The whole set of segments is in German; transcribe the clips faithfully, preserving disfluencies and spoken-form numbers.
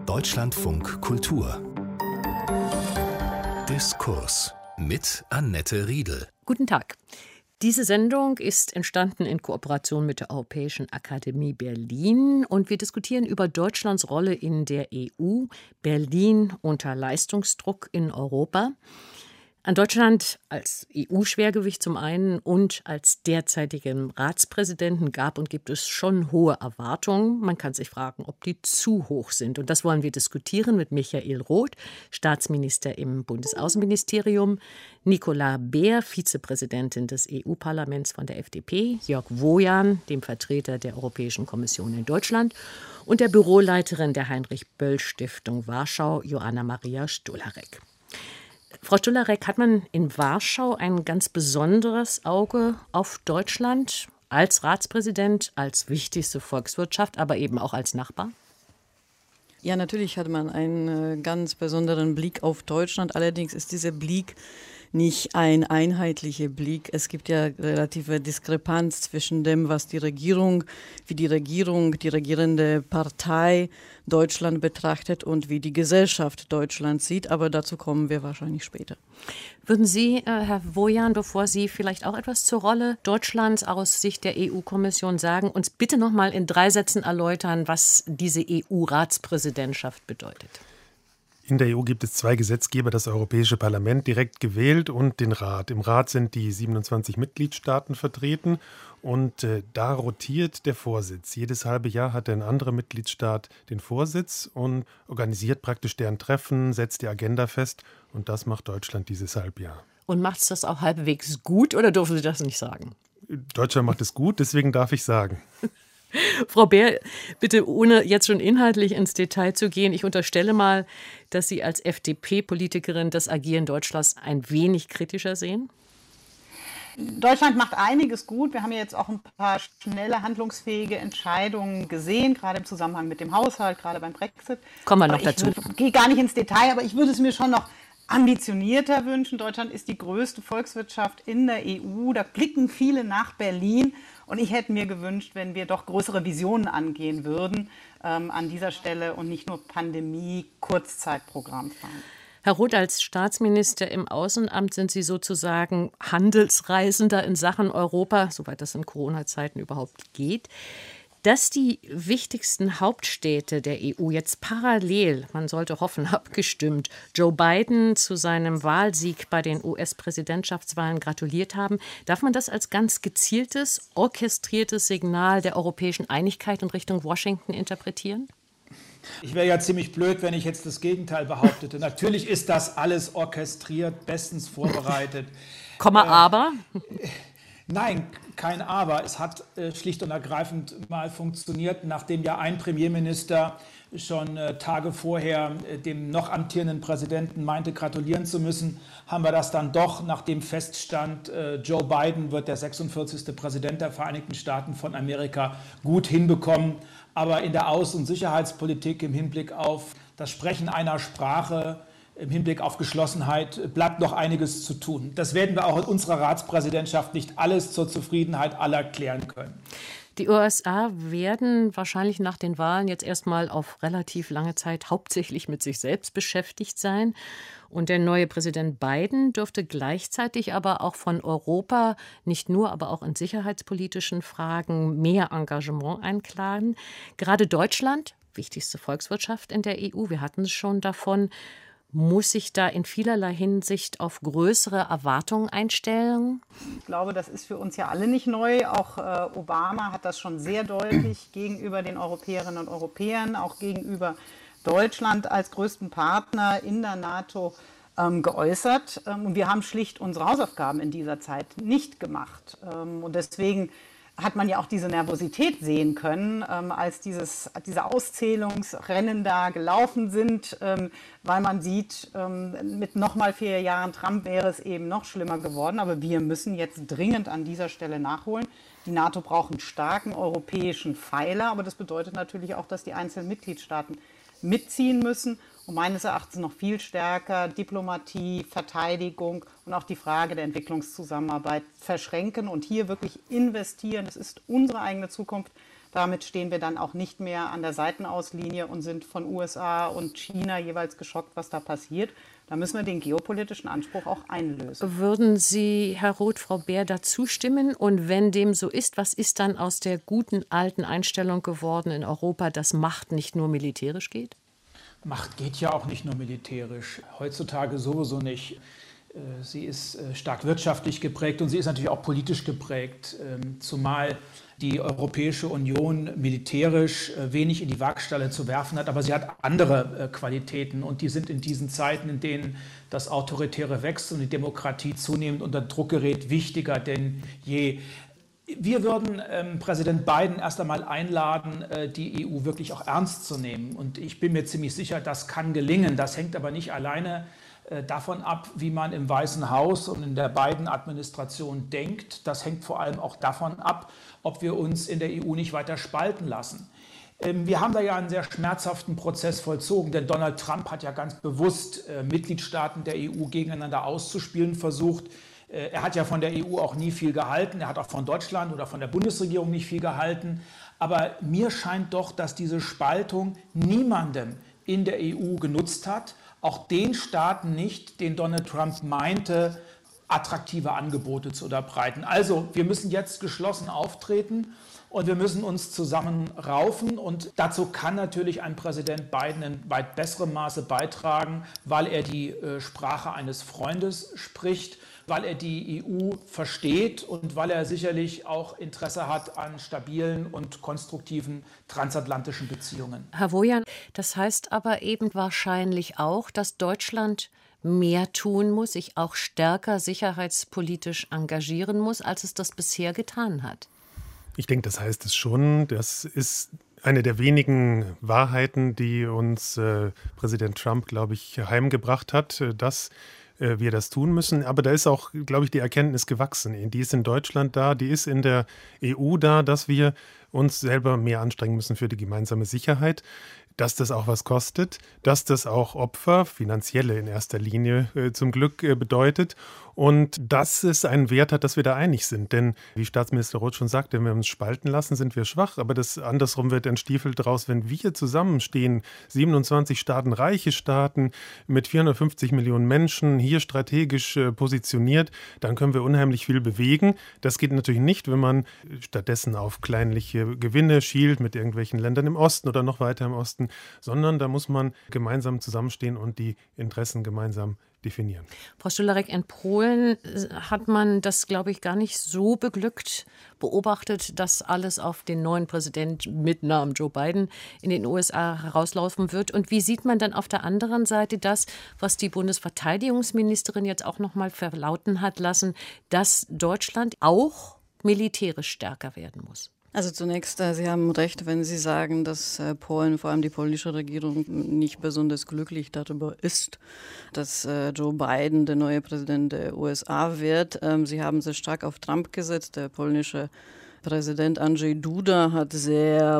Deutschlandfunk Kultur Diskurs mit Annette Riedel. Guten Tag. Diese Sendung ist entstanden in Kooperation mit der Europäischen Akademie Berlin und wir diskutieren über Deutschlands Rolle in der E U, Berlin unter Leistungsdruck in Europa. An Deutschland als E U-Schwergewicht zum einen und als derzeitigem Ratspräsidenten gab und gibt es schon hohe Erwartungen. Man kann sich fragen, ob die zu hoch sind. Und das wollen wir diskutieren mit Michael Roth, Staatsminister im Bundesaußenministerium, Nicola Beer, Vizepräsidentin des E U-Parlaments von der F D P, Jörg Wojan, dem Vertreter der Europäischen Kommission in Deutschland und der Büroleiterin der Heinrich-Böll-Stiftung Warschau, Joanna Maria Stollarek. Frau Stollarek, hat man in Warschau ein ganz besonderes Auge auf Deutschland als Ratspräsident, als wichtigste Volkswirtschaft, aber eben auch als Nachbar? Ja, natürlich hat man einen ganz besonderen Blick auf Deutschland. Allerdings ist dieser Blick nicht ein einheitlicher Blick. Es gibt ja relative Diskrepanz zwischen dem, was die Regierung, wie die Regierung, die regierende Partei Deutschland betrachtet und wie die Gesellschaft Deutschland sieht. Aber dazu kommen wir wahrscheinlich später. Würden Sie, äh, Herr Wojan, bevor Sie vielleicht auch etwas zur Rolle Deutschlands aus Sicht der E U-Kommission sagen, uns bitte noch mal in drei Sätzen erläutern, was diese E U-Ratspräsidentschaft bedeutet? In der E U gibt es zwei Gesetzgeber, das Europäische Parlament direkt gewählt und den Rat. Im Rat sind die siebenundzwanzig Mitgliedstaaten vertreten und äh, da rotiert der Vorsitz. Jedes halbe Jahr hat ein anderer Mitgliedstaat den Vorsitz und organisiert praktisch deren Treffen, setzt die Agenda fest und das macht Deutschland dieses Halbjahr. Und macht es das auch halbwegs gut oder dürfen Sie das nicht sagen? Deutschland macht es gut, deswegen darf ich sagen. Frau Beer, bitte ohne jetzt schon inhaltlich ins Detail zu gehen, ich unterstelle mal, dass Sie als F D P-Politikerin das Agieren Deutschlands ein wenig kritischer sehen? Deutschland macht einiges gut. Wir haben ja jetzt auch ein paar schnelle, handlungsfähige Entscheidungen gesehen, gerade im Zusammenhang mit dem Haushalt, gerade beim Brexit. Kommen wir noch dazu. Ich gehe gar nicht ins Detail, aber ich würde es mir schon noch ambitionierter wünschen. Deutschland ist die größte Volkswirtschaft in der E U. Da blicken viele nach Berlin. Und ich hätte mir gewünscht, wenn wir doch größere Visionen angehen würden ähm, an dieser Stelle und nicht nur Pandemie-Kurzzeitprogramm fahren. Herr Roth, als Staatsminister im Außenamt sind Sie sozusagen Handelsreisender in Sachen Europa, soweit das in Corona-Zeiten überhaupt geht. Dass die wichtigsten Hauptstädte der E U jetzt parallel, man sollte hoffen, abgestimmt, Joe Biden zu seinem Wahlsieg bei den U S-Präsidentschaftswahlen gratuliert haben, darf man das als ganz gezieltes, orchestriertes Signal der europäischen Einigkeit in Richtung Washington interpretieren? Ich wäre ja ziemlich blöd, wenn ich jetzt das Gegenteil behauptete. Natürlich ist das alles orchestriert, bestens vorbereitet. Komma, äh, aber? Nein, kein Aber. Es hat äh, schlicht und ergreifend mal funktioniert, nachdem ja ein Premierminister schon äh, Tage vorher äh, dem noch amtierenden Präsidenten meinte, gratulieren zu müssen, haben wir das dann doch, nachdem feststand, äh, Joe Biden wird der sechsundvierzigste Präsident der Vereinigten Staaten von Amerika, gut hinbekommen. Aber in der Außen- und Sicherheitspolitik im Hinblick auf das Sprechen einer Sprache, im Hinblick auf Geschlossenheit bleibt noch einiges zu tun. Das werden wir auch in unserer Ratspräsidentschaft nicht alles zur Zufriedenheit aller klären können. Die U S A werden wahrscheinlich nach den Wahlen jetzt erstmal auf relativ lange Zeit hauptsächlich mit sich selbst beschäftigt sein. Und der neue Präsident Biden dürfte gleichzeitig aber auch von Europa nicht nur, aber auch in sicherheitspolitischen Fragen mehr Engagement einklagen. Gerade Deutschland, wichtigste Volkswirtschaft in der E U, wir hatten es schon davon, muss sich da in vielerlei Hinsicht auf größere Erwartungen einstellen? Ich glaube, das ist für uns ja alle nicht neu. Auch äh, Obama hat das schon sehr deutlich gegenüber den Europäerinnen und Europäern, auch gegenüber Deutschland als größten Partner in der NATO ähm, geäußert. Ähm, und wir haben schlicht unsere Hausaufgaben in dieser Zeit nicht gemacht. Ähm, und deswegen hat man ja auch diese Nervosität sehen können, ähm, als dieses, diese Auszählungsrennen da gelaufen sind, ähm, weil man sieht, ähm, mit nochmal vier Jahren Trump wäre es eben noch schlimmer geworden. Aber wir müssen jetzt dringend an dieser Stelle nachholen. Die NATO braucht einen starken europäischen Pfeiler, aber das bedeutet natürlich auch, dass die einzelnen Mitgliedstaaten mitziehen müssen. Und meines Erachtens noch viel stärker Diplomatie, Verteidigung und auch die Frage der Entwicklungszusammenarbeit verschränken und hier wirklich investieren. Das ist unsere eigene Zukunft. Damit stehen wir dann auch nicht mehr an der Seitenauslinie und sind von U S A und China jeweils geschockt, was da passiert. Da müssen wir den geopolitischen Anspruch auch einlösen. Würden Sie, Herr Roth, Frau Baer, dazu stimmen? Und wenn dem so ist, was ist dann aus der guten alten Einstellung geworden in Europa, dass Macht nicht nur militärisch geht? Macht geht ja auch nicht nur militärisch. Heutzutage sowieso nicht. Sie ist stark wirtschaftlich geprägt und sie ist natürlich auch politisch geprägt, zumal die Europäische Union militärisch wenig in die Waagschale zu werfen hat, aber sie hat andere Qualitäten und die sind in diesen Zeiten, in denen das Autoritäre wächst und die Demokratie zunehmend unter Druck gerät, wichtiger denn je. Wir würden ähm, Präsident Biden erst einmal einladen, äh, die E U wirklich auch ernst zu nehmen. Und ich bin mir ziemlich sicher, das kann gelingen. Das hängt aber nicht alleine äh, davon ab, wie man im Weißen Haus und in der Biden-Administration denkt. Das hängt vor allem auch davon ab, ob wir uns in der E U nicht weiter spalten lassen. Ähm, wir haben da ja einen sehr schmerzhaften Prozess vollzogen, denn Donald Trump hat ja ganz bewusst äh, Mitgliedstaaten der E U gegeneinander auszuspielen versucht. Er hat ja von der E U auch nie viel gehalten, er hat auch von Deutschland oder von der Bundesregierung nicht viel gehalten. Aber mir scheint doch, dass diese Spaltung niemandem in der E U genutzt hat, auch den Staaten nicht, den Donald Trump meinte, attraktive Angebote zu unterbreiten. Also wir müssen jetzt geschlossen auftreten und wir müssen uns zusammenraufen. Und dazu kann natürlich ein Präsident Biden in weit besserem Maße beitragen, weil er die äh, Sprache eines Freundes spricht, weil er die E U versteht und weil er sicherlich auch Interesse hat an stabilen und konstruktiven transatlantischen Beziehungen. Herr Wojan, das heißt aber eben wahrscheinlich auch, dass Deutschland mehr tun muss, sich auch stärker sicherheitspolitisch engagieren muss, als es das bisher getan hat. Ich denke, das heißt es schon. Das ist eine der wenigen Wahrheiten, die uns äh, Präsident Trump, glaube ich, heimgebracht hat, dass wir das tun müssen. Aber da ist auch, glaube ich, die Erkenntnis gewachsen. Die ist in Deutschland da, die ist in der E U da, dass wir uns selber mehr anstrengen müssen für die gemeinsame Sicherheit, dass das auch was kostet, dass das auch Opfer, finanzielle in erster Linie äh, zum Glück äh, bedeutet und dass es einen Wert hat, dass wir da einig sind. Denn, wie Staatsminister Roth schon sagte, wenn wir uns spalten lassen, sind wir schwach. Aber das andersrum wird ein Stiefel draus, wenn wir zusammenstehen, siebenundzwanzig Staaten, reiche Staaten mit vierhundertfünfzig Millionen Menschen, hier strategisch äh, positioniert, dann können wir unheimlich viel bewegen. Das geht natürlich nicht, wenn man stattdessen auf kleinliche Gewinne schielt mit irgendwelchen Ländern im Osten oder noch weiter im Osten, sondern da muss man gemeinsam zusammenstehen und die Interessen gemeinsam definieren. Frau Stullarek, in Polen hat man das, glaube ich, gar nicht so beglückt beobachtet, dass alles auf den neuen Präsidenten mit Namen Joe Biden in den U S A herauslaufen wird. Und wie sieht man dann auf der anderen Seite das, was die Bundesverteidigungsministerin jetzt auch noch mal verlauten hat lassen, dass Deutschland auch militärisch stärker werden muss? Also zunächst, Sie haben recht, wenn Sie sagen, dass Polen, vor allem die polnische Regierung, nicht besonders glücklich darüber ist, dass Joe Biden der neue Präsident der U S A wird. Sie haben sehr stark auf Trump gesetzt. Der polnische Präsident Andrzej Duda hat sehr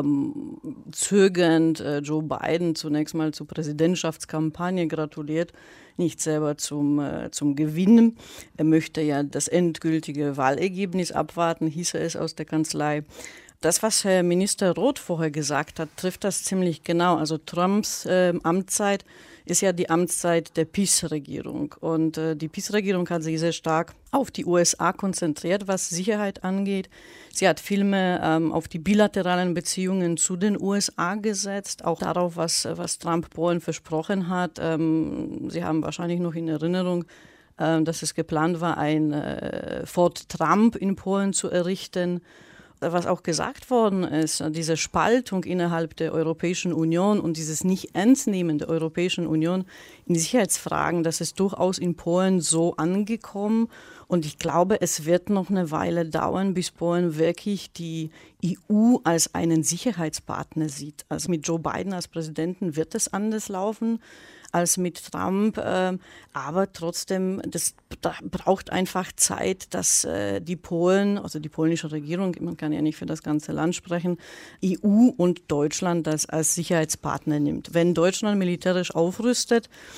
zögernd Joe Biden zunächst mal zur Präsidentschaftskampagne gratuliert, nicht selber zum, äh, zum Gewinn. Er möchte ja das endgültige Wahlergebnis abwarten, hieß es aus der Kanzlei. Das, was Herr Minister Roth vorher gesagt hat, trifft das ziemlich genau. Also Trumps äh, Amtszeit ist ja die Amtszeit der Peace-Regierung. Und äh, die Peace-Regierung hat sich sehr stark auf die U S A konzentriert, was Sicherheit angeht. Sie hat viel mehr ähm, auf die bilateralen Beziehungen zu den U S A gesetzt, auch darauf, was, was Trump Polen versprochen hat. Ähm, Sie haben wahrscheinlich noch in Erinnerung, äh, dass es geplant war, ein äh, Fort Trump in Polen zu errichten. Was auch gesagt worden ist, diese Spaltung innerhalb der Europäischen Union und dieses Nicht-Ernstnehmen der Europäischen Union in Sicherheitsfragen, das ist durchaus in Polen so angekommen. Und ich glaube, es wird noch eine Weile dauern, bis Polen wirklich die E U als einen Sicherheitspartner sieht. Also mit Joe Biden als Präsidenten wird es anders laufen als mit Trump, äh, aber trotzdem, das braucht einfach Zeit, dass äh, die Polen, also die polnische Regierung, man kann ja nicht für das ganze Land sprechen, E U und Deutschland das als Sicherheitspartner nimmt. Wenn Deutschland militärisch aufrüstet,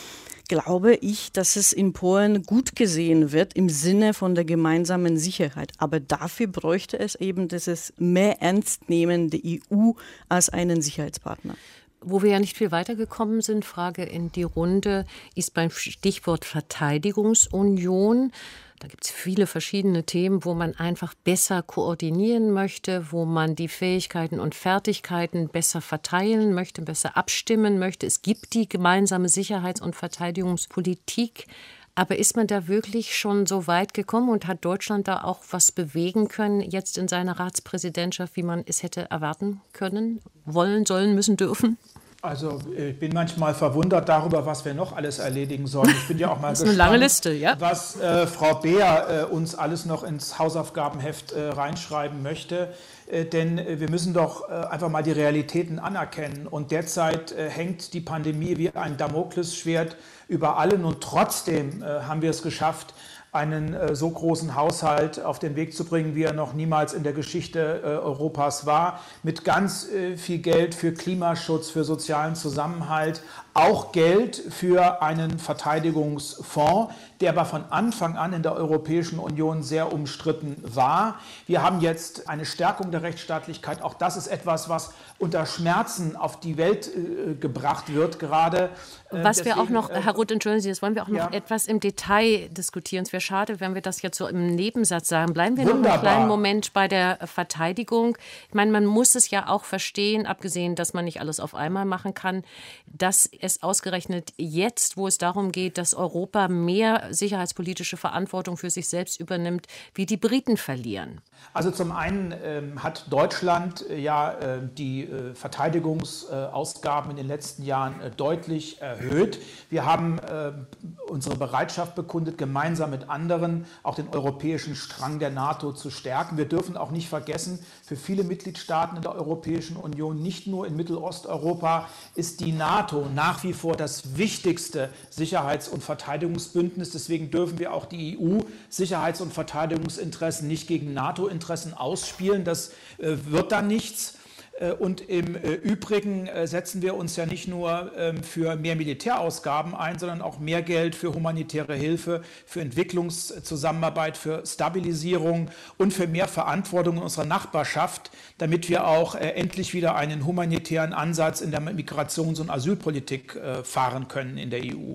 glaube ich, dass es in Polen gut gesehen wird im Sinne von der gemeinsamen Sicherheit. Aber dafür bräuchte es eben dieses mehr Ernstnehmen der E U als einen Sicherheitspartner. Wo wir ja nicht viel weitergekommen sind, Frage in die Runde, ist beim Stichwort Verteidigungsunion. Da gibt es viele verschiedene Themen, wo man einfach besser koordinieren möchte, wo man die Fähigkeiten und Fertigkeiten besser verteilen möchte, besser abstimmen möchte. Es gibt die gemeinsame Sicherheits- und Verteidigungspolitik. Aber ist man da wirklich schon so weit gekommen und hat Deutschland da auch was bewegen können, jetzt in seiner Ratspräsidentschaft, wie man es hätte erwarten können, wollen, sollen, müssen, dürfen? Also ich bin manchmal verwundert darüber, was wir noch alles erledigen sollen. Ich bin ja auch mal das ist gespannt, eine lange Liste, ja? was äh, Frau Beer äh, uns alles noch ins Hausaufgabenheft äh, reinschreiben möchte. Äh, denn äh, wir müssen doch äh, einfach mal die Realitäten anerkennen. Und derzeit äh, hängt die Pandemie wie ein Damoklesschwert über allen. Und trotzdem äh, haben wir es geschafft, einen äh, so großen Haushalt auf den Weg zu bringen, wie er noch niemals in der Geschichte äh, Europas war, mit ganz äh, viel Geld für Klimaschutz, für sozialen Zusammenhalt, auch Geld für einen Verteidigungsfonds, der aber von Anfang an in der Europäischen Union sehr umstritten war. Wir haben jetzt eine Stärkung der Rechtsstaatlichkeit. Auch das ist etwas, was unter Schmerzen auf die Welt äh, gebracht wird gerade. Äh, was Deswegen, wir auch noch, äh, Herr Roth, entschuldigen Sie, das wollen wir auch noch ja. etwas im Detail diskutieren. Es wäre schade, wenn wir das jetzt so im Nebensatz sagen. Bleiben wir Wunderbar. noch einen kleinen Moment bei der Verteidigung. Ich meine, man muss es ja auch verstehen, abgesehen, dass man nicht alles auf einmal machen kann, dass es ausgerechnet jetzt, wo es darum geht, dass Europa mehr sicherheitspolitische Verantwortung für sich selbst übernimmt, wie die Briten verlieren. Also zum einen ähm, hat Deutschland äh, ja äh, die äh, Verteidigungsausgaben in den letzten Jahren äh, deutlich erhöht. Wir haben äh, unsere Bereitschaft bekundet, gemeinsam mit anderen auch den europäischen Strang der NATO zu stärken. Wir dürfen auch nicht vergessen, für viele Mitgliedstaaten in der Europäischen Union, nicht nur in Mittelosteuropa, ist die NATO nach wie vor das wichtigste Sicherheits- und Verteidigungsbündnis. Deswegen dürfen wir auch die E U-Sicherheits- und Verteidigungsinteressen nicht gegen NATO-Interessen ausspielen. Das äh, wird dann nichts. Und im Übrigen setzen wir uns ja nicht nur für mehr Militärausgaben ein, sondern auch mehr Geld für humanitäre Hilfe, für Entwicklungszusammenarbeit, für Stabilisierung und für mehr Verantwortung in unserer Nachbarschaft, damit wir auch endlich wieder einen humanitären Ansatz in der Migrations- und Asylpolitik fahren können in der E U.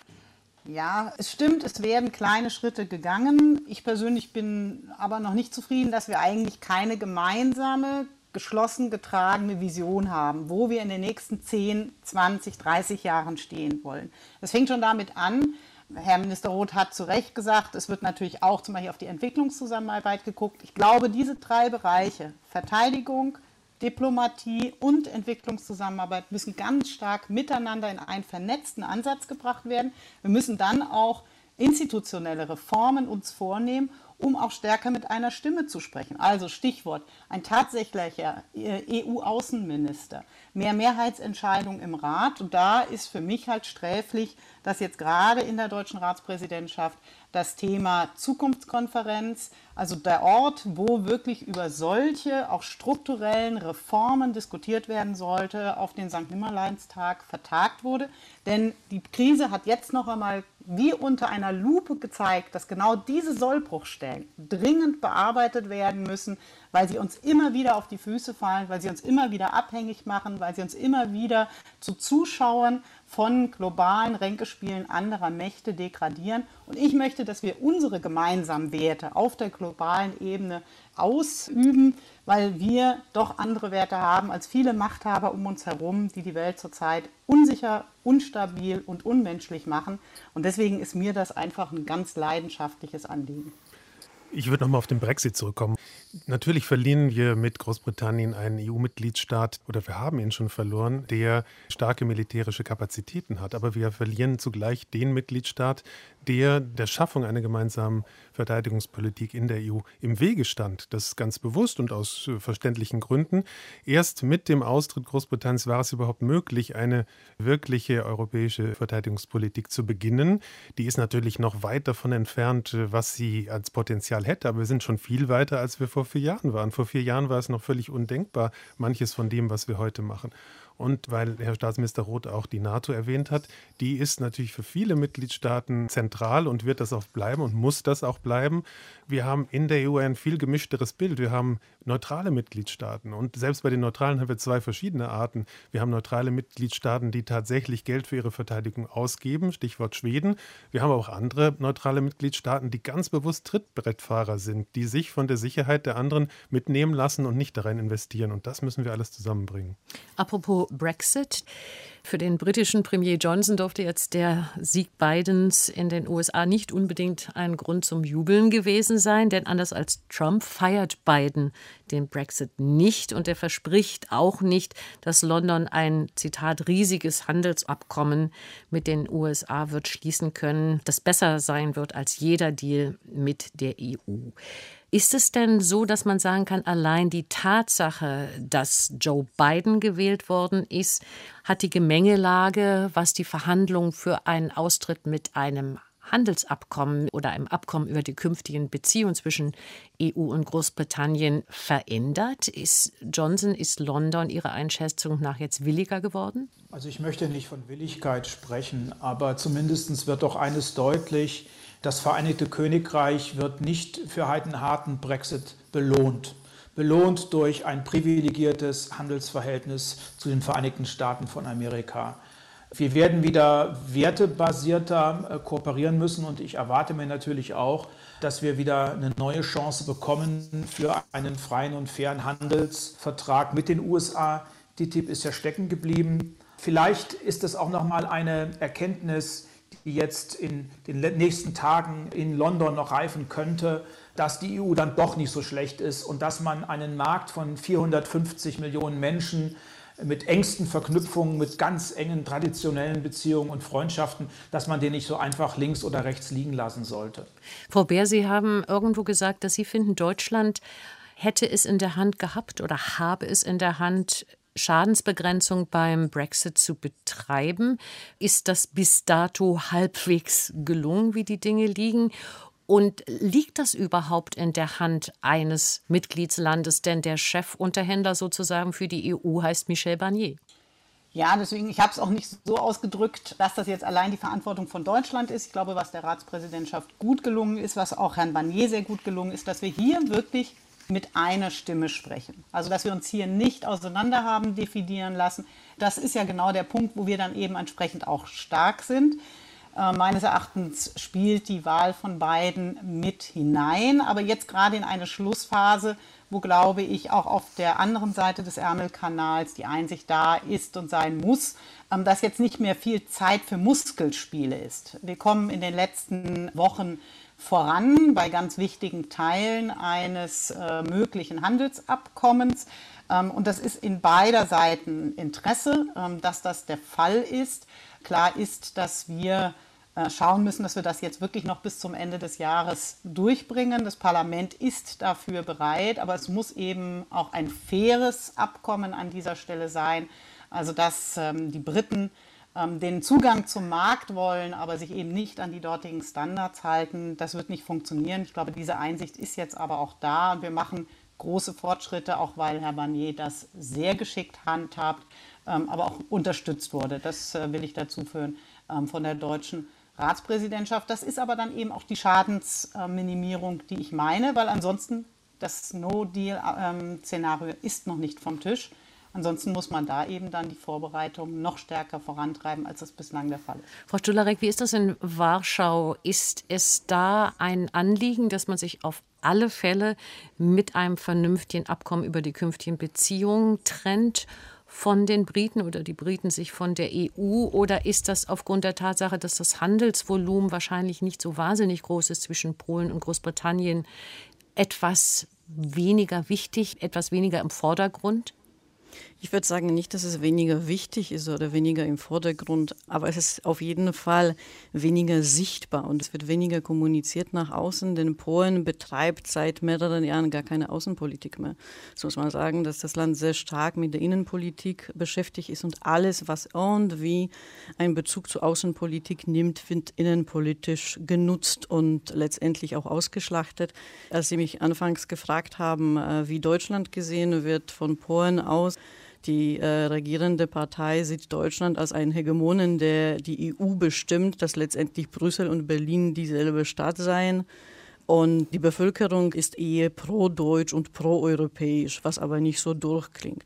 Ja, es stimmt, es werden kleine Schritte gegangen. Ich persönlich bin aber noch nicht zufrieden, dass wir eigentlich keine gemeinsame geschlossen getragene Vision haben, wo wir in den nächsten zehn, zwanzig, dreißig Jahren stehen wollen. Das fängt schon damit an. Herr Minister Roth hat zu Recht gesagt, es wird natürlich auch zum Beispiel auf die Entwicklungszusammenarbeit geguckt. Ich glaube, diese drei Bereiche, Verteidigung, Diplomatie und Entwicklungszusammenarbeit, müssen ganz stark miteinander in einen vernetzten Ansatz gebracht werden. Wir müssen dann auch institutionelle Reformen uns vornehmen, um auch stärker mit einer Stimme zu sprechen. Also Stichwort, ein tatsächlicher E U-Außenminister, mehr Mehrheitsentscheidungen im Rat. Und da ist für mich halt sträflich, dass jetzt gerade in der deutschen Ratspräsidentschaft das Thema Zukunftskonferenz, also der Ort, wo wirklich über solche auch strukturellen Reformen diskutiert werden sollte, auf den Sankt Nimmerleinstag vertagt wurde. Denn die Krise hat jetzt noch einmal wie unter einer Lupe gezeigt, dass genau diese Sollbruchstellen dringend bearbeitet werden müssen, weil sie uns immer wieder auf die Füße fallen, weil sie uns immer wieder abhängig machen, weil sie uns immer wieder zu Zuschauern von globalen Ränkespielen anderer Mächte degradieren. Und ich möchte, dass wir unsere gemeinsamen Werte auf der globalen Ebene ausüben, weil wir doch andere Werte haben als viele Machthaber um uns herum, die die Welt zurzeit unsicher, unstabil und unmenschlich machen. Und deswegen ist mir das einfach ein ganz leidenschaftliches Anliegen. Ich würde nochmal auf den Brexit zurückkommen. Natürlich verlieren wir mit Großbritannien einen E U-Mitgliedstaat, oder wir haben ihn schon verloren, der starke militärische Kapazitäten hat. Aber wir verlieren zugleich den Mitgliedstaat, der der Schaffung einer gemeinsamen Verteidigungspolitik in der E U im Wege stand. Das ist ganz bewusst und aus verständlichen Gründen. Erst mit dem Austritt Großbritanniens war es überhaupt möglich, eine wirkliche europäische Verteidigungspolitik zu beginnen. Die ist natürlich noch weit davon entfernt, was sie als Potenzial hätte, aber wir sind schon viel weiter, als wir vor vier Jahren waren. Vor vier Jahren war es noch völlig undenkbar, manches von dem, was wir heute machen. Und weil Herr Staatsminister Roth auch die NATO erwähnt hat, die ist natürlich für viele Mitgliedstaaten zentral und wird das auch bleiben und muss das auch bleiben. Wir haben in der E U ein viel gemischteres Bild. Wir haben neutrale Mitgliedstaaten und selbst bei den Neutralen haben wir zwei verschiedene Arten. Wir haben neutrale Mitgliedstaaten, die tatsächlich Geld für ihre Verteidigung ausgeben, Stichwort Schweden. Wir haben auch andere neutrale Mitgliedstaaten, die ganz bewusst Trittbrettfahrer sind, die sich von der Sicherheit der anderen mitnehmen lassen und nicht darin investieren. Und das müssen wir alles zusammenbringen. Apropos Brexit. Für den britischen Premier Johnson durfte jetzt der Sieg Bidens in den U S A nicht unbedingt ein Grund zum Jubeln gewesen sein, denn anders als Trump feiert Biden den Brexit nicht und er verspricht auch nicht, dass London ein, Zitat, riesiges Handelsabkommen mit den U S A wird schließen können, das besser sein wird als jeder Deal mit der E U. Ist es denn so, dass man sagen kann, allein die Tatsache, dass Joe Biden gewählt worden ist, hat die Gemengelage, was die Verhandlungen für einen Austritt mit einem Handelsabkommen oder einem Abkommen über die künftigen Beziehungen zwischen E U und Großbritannien verändert? Ist Johnson, ist London Ihrer Einschätzung nach jetzt williger geworden? Also ich möchte nicht von Willigkeit sprechen, aber zumindest wird doch eines deutlich: Das Vereinigte Königreich wird nicht für einen harten Brexit belohnt. Belohnt durch ein privilegiertes Handelsverhältnis zu den Vereinigten Staaten von Amerika. Wir werden wieder wertebasierter kooperieren müssen und ich erwarte mir natürlich auch, dass wir wieder eine neue Chance bekommen für einen freien und fairen Handelsvertrag mit den U S A. T T I P ist ja stecken geblieben. Vielleicht ist es auch noch mal eine Erkenntnis, die jetzt in den nächsten Tagen in London noch reifen könnte, dass die E U dann doch nicht so schlecht ist und dass man einen Markt von vierhundertfünfzig Millionen Menschen mit engsten Verknüpfungen, mit ganz engen traditionellen Beziehungen und Freundschaften, dass man den nicht so einfach links oder rechts liegen lassen sollte. Frau Baer, Sie haben irgendwo gesagt, dass Sie finden, Deutschland hätte es in der Hand gehabt oder habe es in der Hand, Schadensbegrenzung beim Brexit zu betreiben. Ist das bis dato halbwegs gelungen, wie die Dinge liegen? Und liegt das überhaupt in der Hand eines Mitgliedslandes? Denn der Chefunterhändler sozusagen für die E U heißt Michel Barnier. Ja, deswegen, ich habe es auch nicht so ausgedrückt, dass das jetzt allein die Verantwortung von Deutschland ist. Ich glaube, was der Ratspräsidentschaft gut gelungen ist, was auch Herrn Barnier sehr gut gelungen ist, dass wir hier wirklich mit einer Stimme sprechen. Also, dass wir uns hier nicht auseinander haben dividieren lassen. Das ist ja genau der Punkt, wo wir dann eben entsprechend auch stark sind. Äh, meines Erachtens spielt die Wahl von beiden mit hinein. Aber jetzt gerade in eine Schlussphase, wo, glaube ich, auch auf der anderen Seite des Ärmelkanals die Einsicht da ist und sein muss, ähm, dass jetzt nicht mehr viel Zeit für Muskelspiele ist. Wir kommen in den letzten Wochen voran bei ganz wichtigen Teilen eines äh, möglichen Handelsabkommens. Ähm, und das ist in beider Seiten Interesse, ähm, dass das der Fall ist. Klar ist, dass wir äh, schauen müssen, dass wir das jetzt wirklich noch bis zum Ende des Jahres durchbringen. Das Parlament ist dafür bereit, aber es muss eben auch ein faires Abkommen an dieser Stelle sein. Also dass ähm, die Briten den Zugang zum Markt wollen, aber sich eben nicht an die dortigen Standards halten, das wird nicht funktionieren. Ich glaube, diese Einsicht ist jetzt aber auch da und wir machen große Fortschritte, auch weil Herr Barnier das sehr geschickt handhabt, aber auch unterstützt wurde. Das will ich dazu führen von der deutschen Ratspräsidentschaft. Das ist aber dann eben auch die Schadensminimierung, die ich meine, weil ansonsten das No-Deal-Szenario ist noch nicht vom Tisch. Ansonsten muss man da eben dann die Vorbereitungen noch stärker vorantreiben, als das bislang der Fall ist. Frau Stullarek, wie ist das in Warschau? Ist es da ein Anliegen, dass man sich auf alle Fälle mit einem vernünftigen Abkommen über die künftigen Beziehungen trennt von den Briten oder die Briten sich von der E U? Oder ist das aufgrund der Tatsache, dass das Handelsvolumen wahrscheinlich nicht so wahnsinnig groß ist zwischen Polen und Großbritannien, etwas weniger wichtig, etwas weniger im Vordergrund? Ich würde sagen, nicht, dass es weniger wichtig ist oder weniger im Vordergrund, aber es ist auf jeden Fall weniger sichtbar und es wird weniger kommuniziert nach außen, denn Polen betreibt seit mehreren Jahren gar keine Außenpolitik mehr. So muss man sagen, dass das Land sehr stark mit der Innenpolitik beschäftigt ist und alles, was irgendwie einen Bezug zur Außenpolitik nimmt, wird innenpolitisch genutzt und letztendlich auch ausgeschlachtet. Als Sie mich anfangs gefragt haben, wie Deutschland gesehen wird von Polen aus, Die äh, regierende Partei sieht Deutschland als einen Hegemonen, der die E U bestimmt, dass letztendlich Brüssel und Berlin dieselbe Stadt seien. Und die Bevölkerung ist eher pro-deutsch und pro-europäisch, was aber nicht so durchklingt.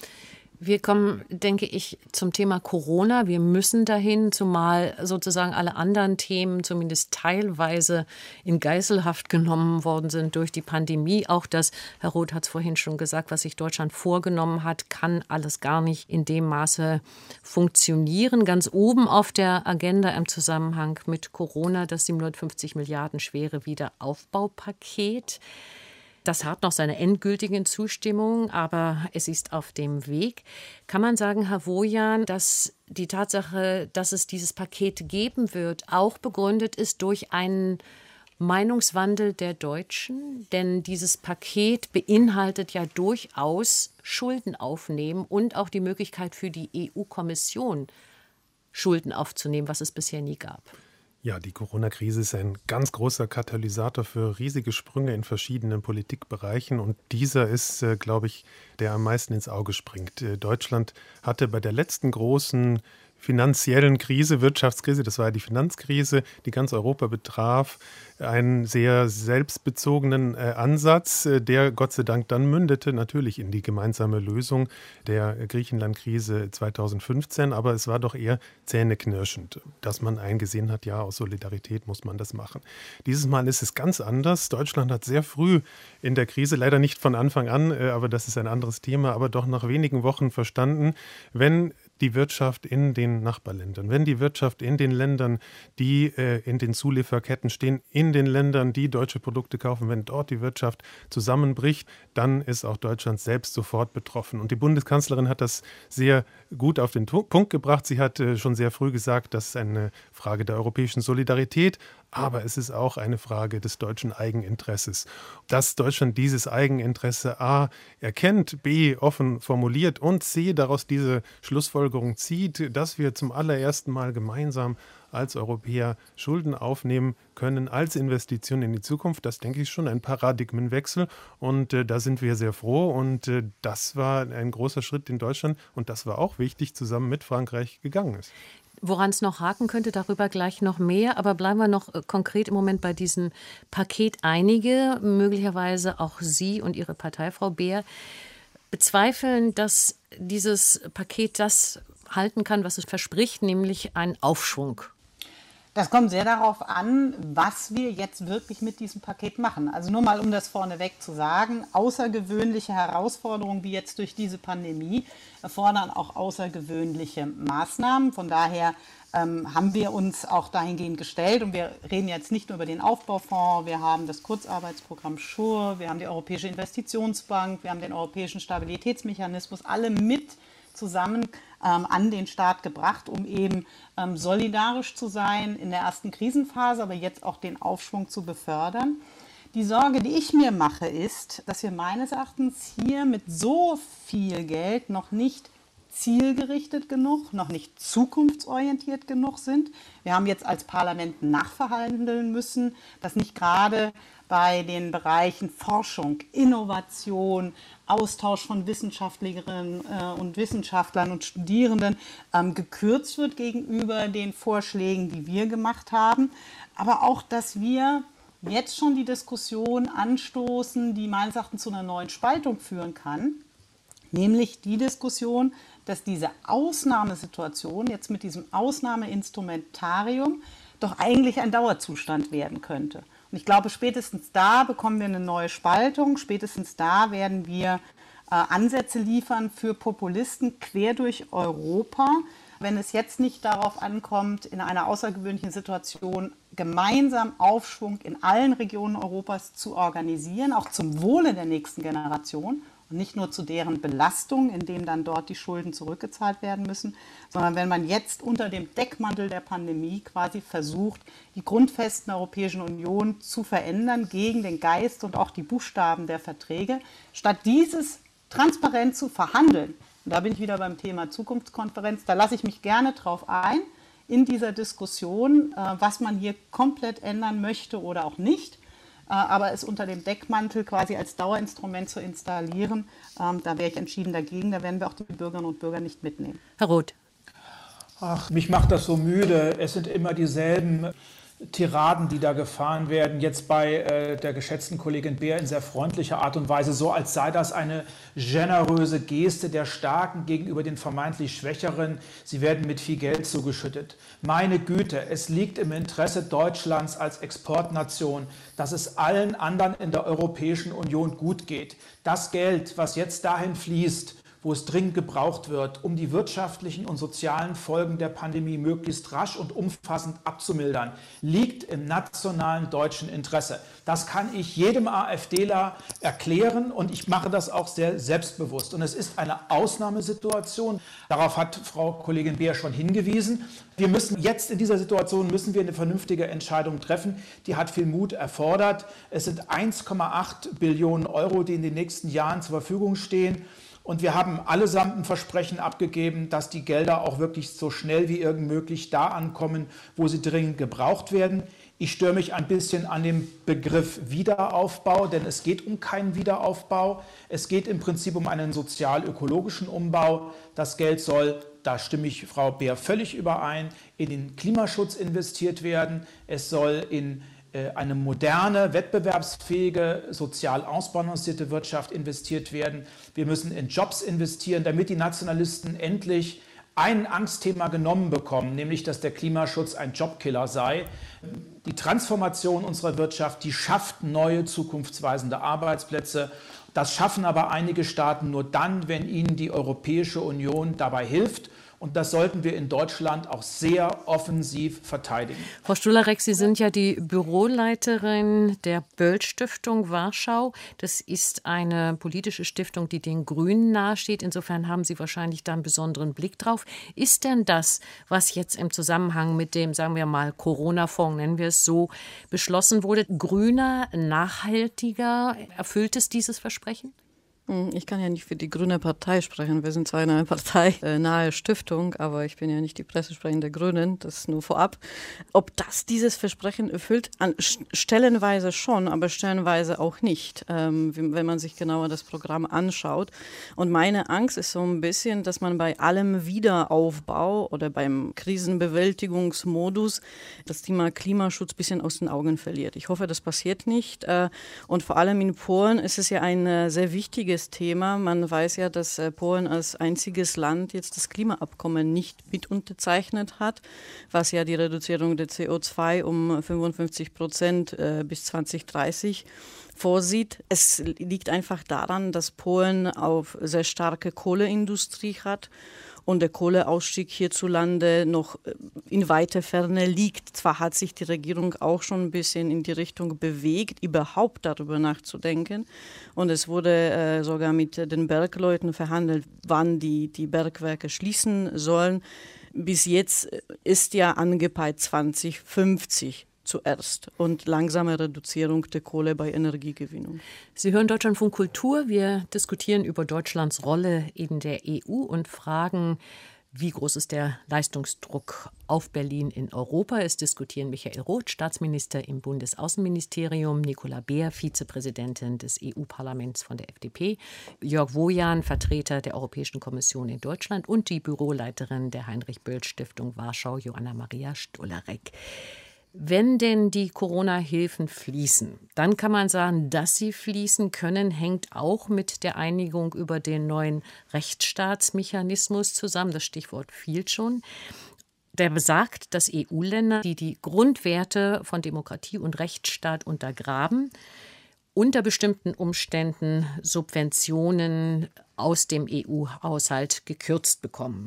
Wir kommen, denke ich, zum Thema Corona. Wir müssen dahin, zumal sozusagen alle anderen Themen zumindest teilweise in Geiselhaft genommen worden sind durch die Pandemie. Auch das, Herr Roth hat es vorhin schon gesagt, was sich Deutschland vorgenommen hat, kann alles gar nicht in dem Maße funktionieren. Ganz oben auf der Agenda im Zusammenhang mit Corona das siebenhundertfünfzig Milliarden schwere Wiederaufbaupaket. Das hat noch seine endgültige Zustimmung, aber es ist auf dem Weg. Kann man sagen, Herr Wojan, dass die Tatsache, dass es dieses Paket geben wird, auch begründet ist durch einen Meinungswandel der Deutschen? Denn dieses Paket beinhaltet ja durchaus Schulden aufnehmen und auch die Möglichkeit für die E U-Kommission, Schulden aufzunehmen, was es bisher nie gab. Ja, die Corona-Krise ist ein ganz großer Katalysator für riesige Sprünge in verschiedenen Politikbereichen. Und dieser ist, äh, glaube ich, der am meisten ins Auge springt. Äh, Deutschland hatte bei der letzten großen finanziellen Krise, Wirtschaftskrise, das war ja die Finanzkrise, die ganz Europa betraf, einen sehr selbstbezogenen äh, Ansatz, äh, der Gott sei Dank dann mündete, natürlich in die gemeinsame Lösung der Griechenland-Krise zweitausendfünfzehn, aber es war doch eher zähneknirschend, dass man eingesehen hat, ja, aus Solidarität muss man das machen. Dieses Mal ist es ganz anders. Deutschland hat sehr früh in der Krise, leider nicht von Anfang an, äh, aber das ist ein anderes Thema, aber doch nach wenigen Wochen verstanden, wenn die Wirtschaft in den Nachbarländern, wenn die Wirtschaft in den Ländern, die äh, in den Zulieferketten stehen, in den Ländern, die deutsche Produkte kaufen, wenn dort die Wirtschaft zusammenbricht, dann ist auch Deutschland selbst sofort betroffen. Und die Bundeskanzlerin hat das sehr gut auf den Punkt gebracht. Sie hat äh, schon sehr früh gesagt, das ist eine Frage der europäischen Solidarität, aber es ist auch eine Frage des deutschen Eigeninteresses. Dass Deutschland dieses Eigeninteresse A erkennt, B offen formuliert und C daraus diese Schlussfolgerung zieht, dass wir zum allerersten Mal gemeinsam als Europäer Schulden aufnehmen können als Investition in die Zukunft. Das, denke ich, schon ein Paradigmenwechsel und äh, da sind wir sehr froh und äh, das war ein großer Schritt in Deutschland und das war auch wichtig, zusammen mit Frankreich gegangen ist. Woran es noch haken könnte, darüber gleich noch mehr. Aber bleiben wir noch konkret im Moment bei diesem Paket. Einige, möglicherweise auch Sie und Ihre Partei, Frau Beer, bezweifeln, dass dieses Paket das halten kann, was es verspricht, nämlich einen Aufschwung. Das kommt sehr darauf an, was wir jetzt wirklich mit diesem Paket machen. Also nur mal, um das vorneweg zu sagen, außergewöhnliche Herausforderungen wie jetzt durch diese Pandemie erfordern auch außergewöhnliche Maßnahmen. Von daher ähm, haben wir uns auch dahingehend gestellt und wir reden jetzt nicht nur über den Aufbaufonds, wir haben das Kurzarbeitsprogramm Schur, wir haben die Europäische Investitionsbank, wir haben den Europäischen Stabilitätsmechanismus, alle mit zusammen ähm, an den Start gebracht, um eben ähm, solidarisch zu sein in der ersten Krisenphase, aber jetzt auch den Aufschwung zu befördern. Die Sorge, die ich mir mache, ist, dass wir meines Erachtens hier mit so viel Geld noch nicht zielgerichtet genug, noch nicht zukunftsorientiert genug sind. Wir haben jetzt als Parlament nachverhandeln müssen, dass nicht gerade bei den Bereichen Forschung, Innovation, Austausch von Wissenschaftlerinnen äh, und Wissenschaftlern und Studierenden ähm, gekürzt wird gegenüber den Vorschlägen, die wir gemacht haben. Aber auch, dass wir jetzt schon die Diskussion anstoßen, die meines Erachtens zu einer neuen Spaltung führen kann. Nämlich die Diskussion, dass diese Ausnahmesituation jetzt mit diesem Ausnahmeinstrumentarium doch eigentlich ein Dauerzustand werden könnte. Und ich glaube, spätestens da bekommen wir eine neue Spaltung, spätestens da werden wir äh, Ansätze liefern für Populisten quer durch Europa. Wenn es jetzt nicht darauf ankommt, in einer außergewöhnlichen Situation gemeinsam Aufschwung in allen Regionen Europas zu organisieren, auch zum Wohle der nächsten Generation und nicht nur zu deren Belastung, indem dann dort die Schulden zurückgezahlt werden müssen, sondern wenn man jetzt unter dem Deckmantel der Pandemie quasi versucht, die Grundfesten der Europäischen Union zu verändern gegen den Geist und auch die Buchstaben der Verträge, statt dieses transparent zu verhandeln. Und da bin ich wieder beim Thema Zukunftskonferenz, da lasse ich mich gerne drauf ein, in dieser Diskussion, was man hier komplett ändern möchte oder auch nicht. aber es unter dem Deckmantel quasi als Dauerinstrument zu installieren, da wäre ich entschieden dagegen. Da werden wir auch die Bürgerinnen und Bürger nicht mitnehmen. Herr Roth. Ach, mich macht das so müde. Es sind immer dieselben Tiraden, die da gefahren werden, jetzt bei äh, der geschätzten Kollegin Beer in sehr freundlicher Art und Weise, so als sei das eine generöse Geste der Starken gegenüber den vermeintlich Schwächeren. Sie werden mit viel Geld zugeschüttet. Meine Güte, es liegt im Interesse Deutschlands als Exportnation, dass es allen anderen in der Europäischen Union gut geht. Das Geld, was jetzt dahin fließt, wo es dringend gebraucht wird, um die wirtschaftlichen und sozialen Folgen der Pandemie möglichst rasch und umfassend abzumildern, liegt im nationalen deutschen Interesse. Das kann ich jedem AfDler erklären und ich mache das auch sehr selbstbewusst. Und es ist eine Ausnahmesituation. Darauf hat Frau Kollegin Beer schon hingewiesen. Wir müssen jetzt in dieser Situation müssen wir eine vernünftige Entscheidung treffen. Die hat viel Mut erfordert. Es sind eins Komma acht Billionen Euro, die in den nächsten Jahren zur Verfügung stehen. Und wir haben allesamt ein Versprechen abgegeben, dass die Gelder auch wirklich so schnell wie irgend möglich da ankommen, wo sie dringend gebraucht werden. Ich störe mich ein bisschen an dem Begriff Wiederaufbau, denn es geht um keinen Wiederaufbau. Es geht im Prinzip um einen sozial-ökologischen Umbau. Das Geld soll, da stimme ich Frau Beer völlig überein, in den Klimaschutz investiert werden. Es soll in eine moderne, wettbewerbsfähige, sozial ausbalancierte Wirtschaft investiert werden. Wir müssen in Jobs investieren, damit die Nationalisten endlich ein Angstthema genommen bekommen, nämlich dass der Klimaschutz ein Jobkiller sei. Die Transformation unserer Wirtschaft, die schafft neue, zukunftsweisende Arbeitsplätze. Das schaffen aber einige Staaten nur dann, wenn ihnen die Europäische Union dabei hilft. Und das sollten wir in Deutschland auch sehr offensiv verteidigen. Frau Stullarek, Sie sind ja die Büroleiterin der Böll-Stiftung Warschau. Das ist eine politische Stiftung, die den Grünen nahesteht. Insofern haben Sie wahrscheinlich da einen besonderen Blick drauf. Ist denn das, was jetzt im Zusammenhang mit dem, sagen wir mal, Corona-Fonds, nennen wir es so, beschlossen wurde, grüner, nachhaltiger? Erfüllt es dieses Versprechen? Ich kann ja nicht für die Grüne Partei sprechen. Wir sind zwar eine parteinahe Stiftung, aber ich bin ja nicht die Pressesprecherin der Grünen, das nur vorab. Ob das dieses Versprechen erfüllt? An stellenweise schon, aber stellenweise auch nicht, ähm, wenn man sich genauer das Programm anschaut. Und meine Angst ist so ein bisschen, dass man bei allem Wiederaufbau oder beim Krisenbewältigungsmodus das Thema Klimaschutz ein bisschen aus den Augen verliert. Ich hoffe, das passiert nicht. Äh, und vor allem in Polen ist es ja ein äh, sehr wichtiges Thema. Man weiß ja, dass äh, Polen als einziges Land jetzt das Klimaabkommen nicht mit unterzeichnet hat, was ja die Reduzierung der C O zwei um fünfundfünfzig Prozent äh, bis zwanzig dreißig vorsieht. Es liegt einfach daran, dass Polen auf sehr starke Kohleindustrie hat und der Kohleausstieg hierzulande noch in weiter Ferne liegt. Zwar hat sich die Regierung auch schon ein bisschen in die Richtung bewegt, überhaupt darüber nachzudenken. Und es wurde äh, sogar mit den Bergleuten verhandelt, wann die, die Bergwerke schließen sollen. Bis jetzt ist ja angepeilt zwanzig fünfzig. Zuerst und langsame Reduzierung der Kohle bei Energiegewinnung. Sie hören Deutschlandfunk Kultur. Wir diskutieren über Deutschlands Rolle in der E U und fragen, wie groß ist der Leistungsdruck auf Berlin in Europa? Es diskutieren Michael Roth, Staatsminister im Bundesaußenministerium, Nicola Beer, Vizepräsidentin des E U-Parlaments von der F D P, Jörg Wojan, Vertreter der Europäischen Kommission in Deutschland und die Büroleiterin der Heinrich-Böll-Stiftung Warschau, Joanna Maria Stullarek. Wenn denn die Corona-Hilfen fließen, dann kann man sagen, dass sie fließen können, hängt auch mit der Einigung über den neuen Rechtsstaatsmechanismus zusammen. Das Stichwort fiel schon. Der besagt, dass E U-Länder, die die Grundwerte von Demokratie und Rechtsstaat untergraben, unter bestimmten Umständen Subventionen aus dem E U-Haushalt gekürzt bekommen.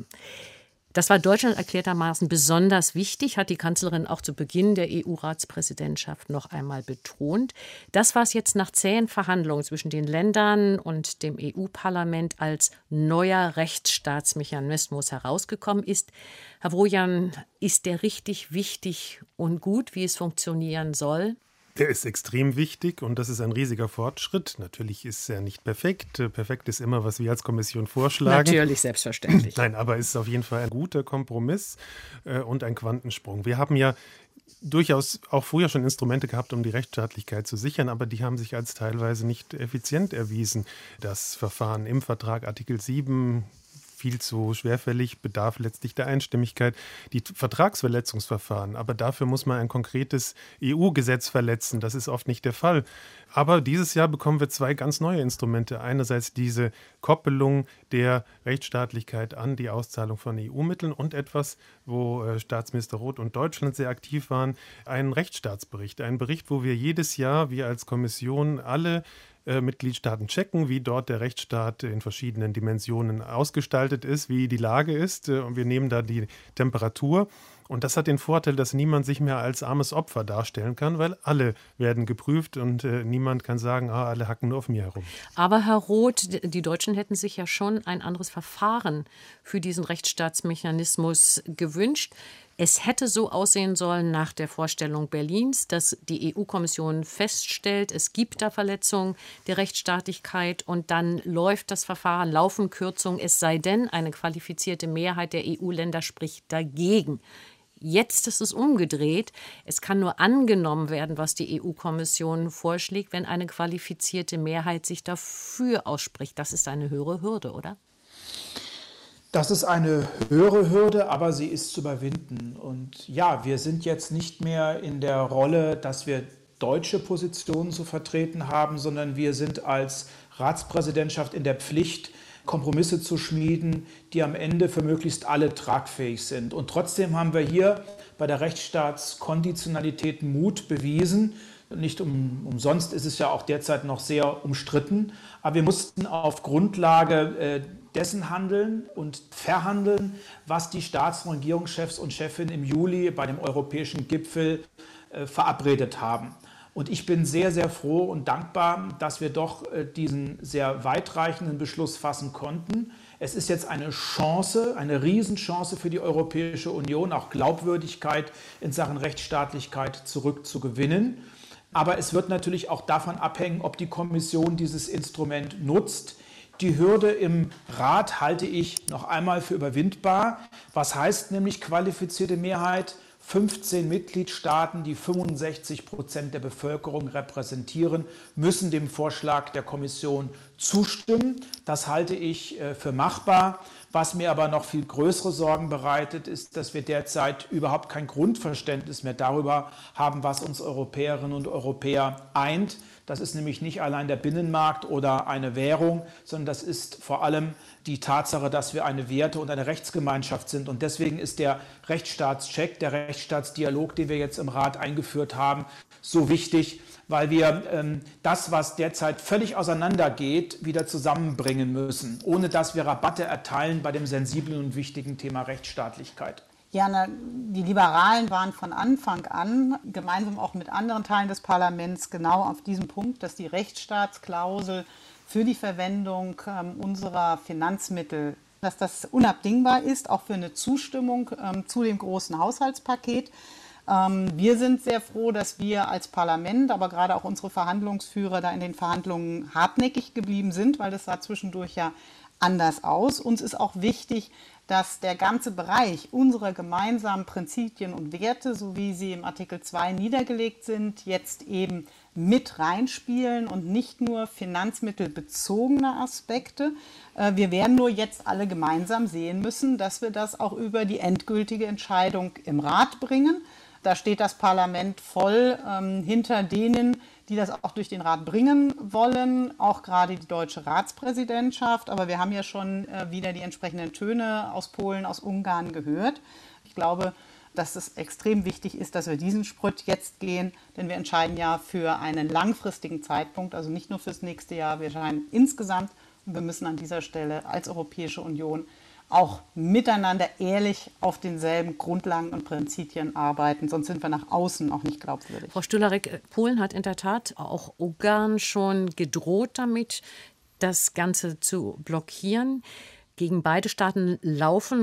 Das war Deutschland erklärtermaßen besonders wichtig, hat die Kanzlerin auch zu Beginn der E U-Ratspräsidentschaft noch einmal betont. Das, was jetzt nach zähen Verhandlungen zwischen den Ländern und dem E U-Parlament als neuer Rechtsstaatsmechanismus herausgekommen ist, Herr Wojan, ist der richtig wichtig und gut, wie es funktionieren soll? Der ist extrem wichtig und das ist ein riesiger Fortschritt. Natürlich ist er nicht perfekt. Perfekt ist immer, was wir als Kommission vorschlagen. Natürlich, selbstverständlich. Nein, aber es ist auf jeden Fall ein guter Kompromiss und ein Quantensprung. Wir haben ja durchaus auch früher schon Instrumente gehabt, um die Rechtsstaatlichkeit zu sichern, aber die haben sich als teilweise nicht effizient erwiesen. Das Verfahren im Vertrag Artikel sieben, viel zu schwerfällig, bedarf letztlich der Einstimmigkeit. Die Vertragsverletzungsverfahren, aber dafür muss man ein konkretes E U-Gesetz verletzen. Das ist oft nicht der Fall. Aber dieses Jahr bekommen wir zwei ganz neue Instrumente. Einerseits diese Koppelung der Rechtsstaatlichkeit an die Auszahlung von E U-Mitteln und etwas, wo äh, Staatsminister Roth und Deutschland sehr aktiv waren, einen Rechtsstaatsbericht. Ein Bericht, wo wir jedes Jahr, wir als Kommission, alle Mitgliedstaaten checken, wie dort der Rechtsstaat in verschiedenen Dimensionen ausgestaltet ist, wie die Lage ist. Und wir nehmen da die Temperatur. Und das hat den Vorteil, dass niemand sich mehr als armes Opfer darstellen kann, weil alle werden geprüft und äh, niemand kann sagen, ah, alle hacken nur auf mir herum. Aber Herr Roth, die Deutschen hätten sich ja schon ein anderes Verfahren für diesen Rechtsstaatsmechanismus gewünscht. Es hätte so aussehen sollen nach der Vorstellung Berlins, dass die E U-Kommission feststellt, es gibt da Verletzungen der Rechtsstaatlichkeit und dann läuft das Verfahren, laufen Kürzungen, es sei denn, eine qualifizierte Mehrheit der E U-Länder spricht dagegen. Jetzt ist es umgedreht. Es kann nur angenommen werden, was die E U-Kommission vorschlägt, wenn eine qualifizierte Mehrheit sich dafür ausspricht. Das ist eine höhere Hürde, oder? Das ist eine höhere Hürde, aber sie ist zu überwinden. Und ja, wir sind jetzt nicht mehr in der Rolle, dass wir deutsche Positionen zu vertreten haben, sondern wir sind als Ratspräsidentschaft in der Pflicht, Kompromisse zu schmieden, die am Ende für möglichst alle tragfähig sind. Und trotzdem haben wir hier bei der Rechtsstaatskonditionalität Mut bewiesen. Nicht um, umsonst ist es ja auch derzeit noch sehr umstritten. Aber wir mussten auf Grundlage äh, dessen handeln und verhandeln, was die Staats- und Regierungschefs und Chefinnen im Juli bei dem europäischen Gipfel äh, verabredet haben. Und ich bin sehr, sehr froh und dankbar, dass wir doch äh, diesen sehr weitreichenden Beschluss fassen konnten. Es ist jetzt eine Chance, eine Riesenchance für die Europäische Union, auch Glaubwürdigkeit in Sachen Rechtsstaatlichkeit zurückzugewinnen. Aber es wird natürlich auch davon abhängen, ob die Kommission dieses Instrument nutzt. Die Hürde im Rat halte ich noch einmal für überwindbar. Was heißt nämlich qualifizierte Mehrheit? fünfzehn Mitgliedstaaten, die fünfundsechzig Prozent der Bevölkerung repräsentieren, müssen dem Vorschlag der Kommission zustimmen. Das halte ich für machbar. Was mir aber noch viel größere Sorgen bereitet, ist, dass wir derzeit überhaupt kein Grundverständnis mehr darüber haben, was uns Europäerinnen und Europäer eint. Das ist nämlich nicht allein der Binnenmarkt oder eine Währung, sondern das ist vor allem die Tatsache, dass wir eine Werte- und eine Rechtsgemeinschaft sind. Und deswegen ist der Rechtsstaatscheck, der Rechtsstaatsdialog, den wir jetzt im Rat eingeführt haben, so wichtig, weil wir ähm, das, was derzeit völlig auseinandergeht, wieder zusammenbringen müssen, ohne dass wir Rabatte erteilen bei dem sensiblen und wichtigen Thema Rechtsstaatlichkeit. Ja, na, die Liberalen waren von Anfang an, gemeinsam auch mit anderen Teilen des Parlaments, genau auf diesem Punkt, dass die Rechtsstaatsklausel für die Verwendung ähm, unserer Finanzmittel, dass das unabdingbar ist, auch für eine Zustimmung ähm, zu dem großen Haushaltspaket. Ähm, wir sind sehr froh, dass wir als Parlament, aber gerade auch unsere Verhandlungsführer da in den Verhandlungen hartnäckig geblieben sind, weil das sah zwischendurch ja anders aus. Uns ist auch wichtig, dass der ganze Bereich unserer gemeinsamen Prinzipien und Werte, so wie sie im Artikel zwei niedergelegt sind, jetzt eben mit reinspielen und nicht nur finanzmittelbezogene Aspekte. Wir werden nur jetzt alle gemeinsam sehen müssen, dass wir das auch über die endgültige Entscheidung im Rat bringen. Da steht das Parlament voll ähm, hinter denen, die das auch durch den Rat bringen wollen, auch gerade die deutsche Ratspräsidentschaft. Aber wir haben ja schon äh, wieder die entsprechenden Töne aus Polen, aus Ungarn gehört. Ich glaube, dass es extrem wichtig ist, dass wir diesen Schritt jetzt gehen, denn wir entscheiden ja für einen langfristigen Zeitpunkt, also nicht nur fürs nächste Jahr, wir entscheiden insgesamt und wir müssen an dieser Stelle als Europäische Union auch miteinander ehrlich auf denselben Grundlagen und Prinzipien arbeiten, sonst sind wir nach außen auch nicht glaubwürdig. Frau Stülarek, Polen hat in der Tat, auch Ungarn, schon gedroht damit, das Ganze zu blockieren. Gegen beide Staaten laufen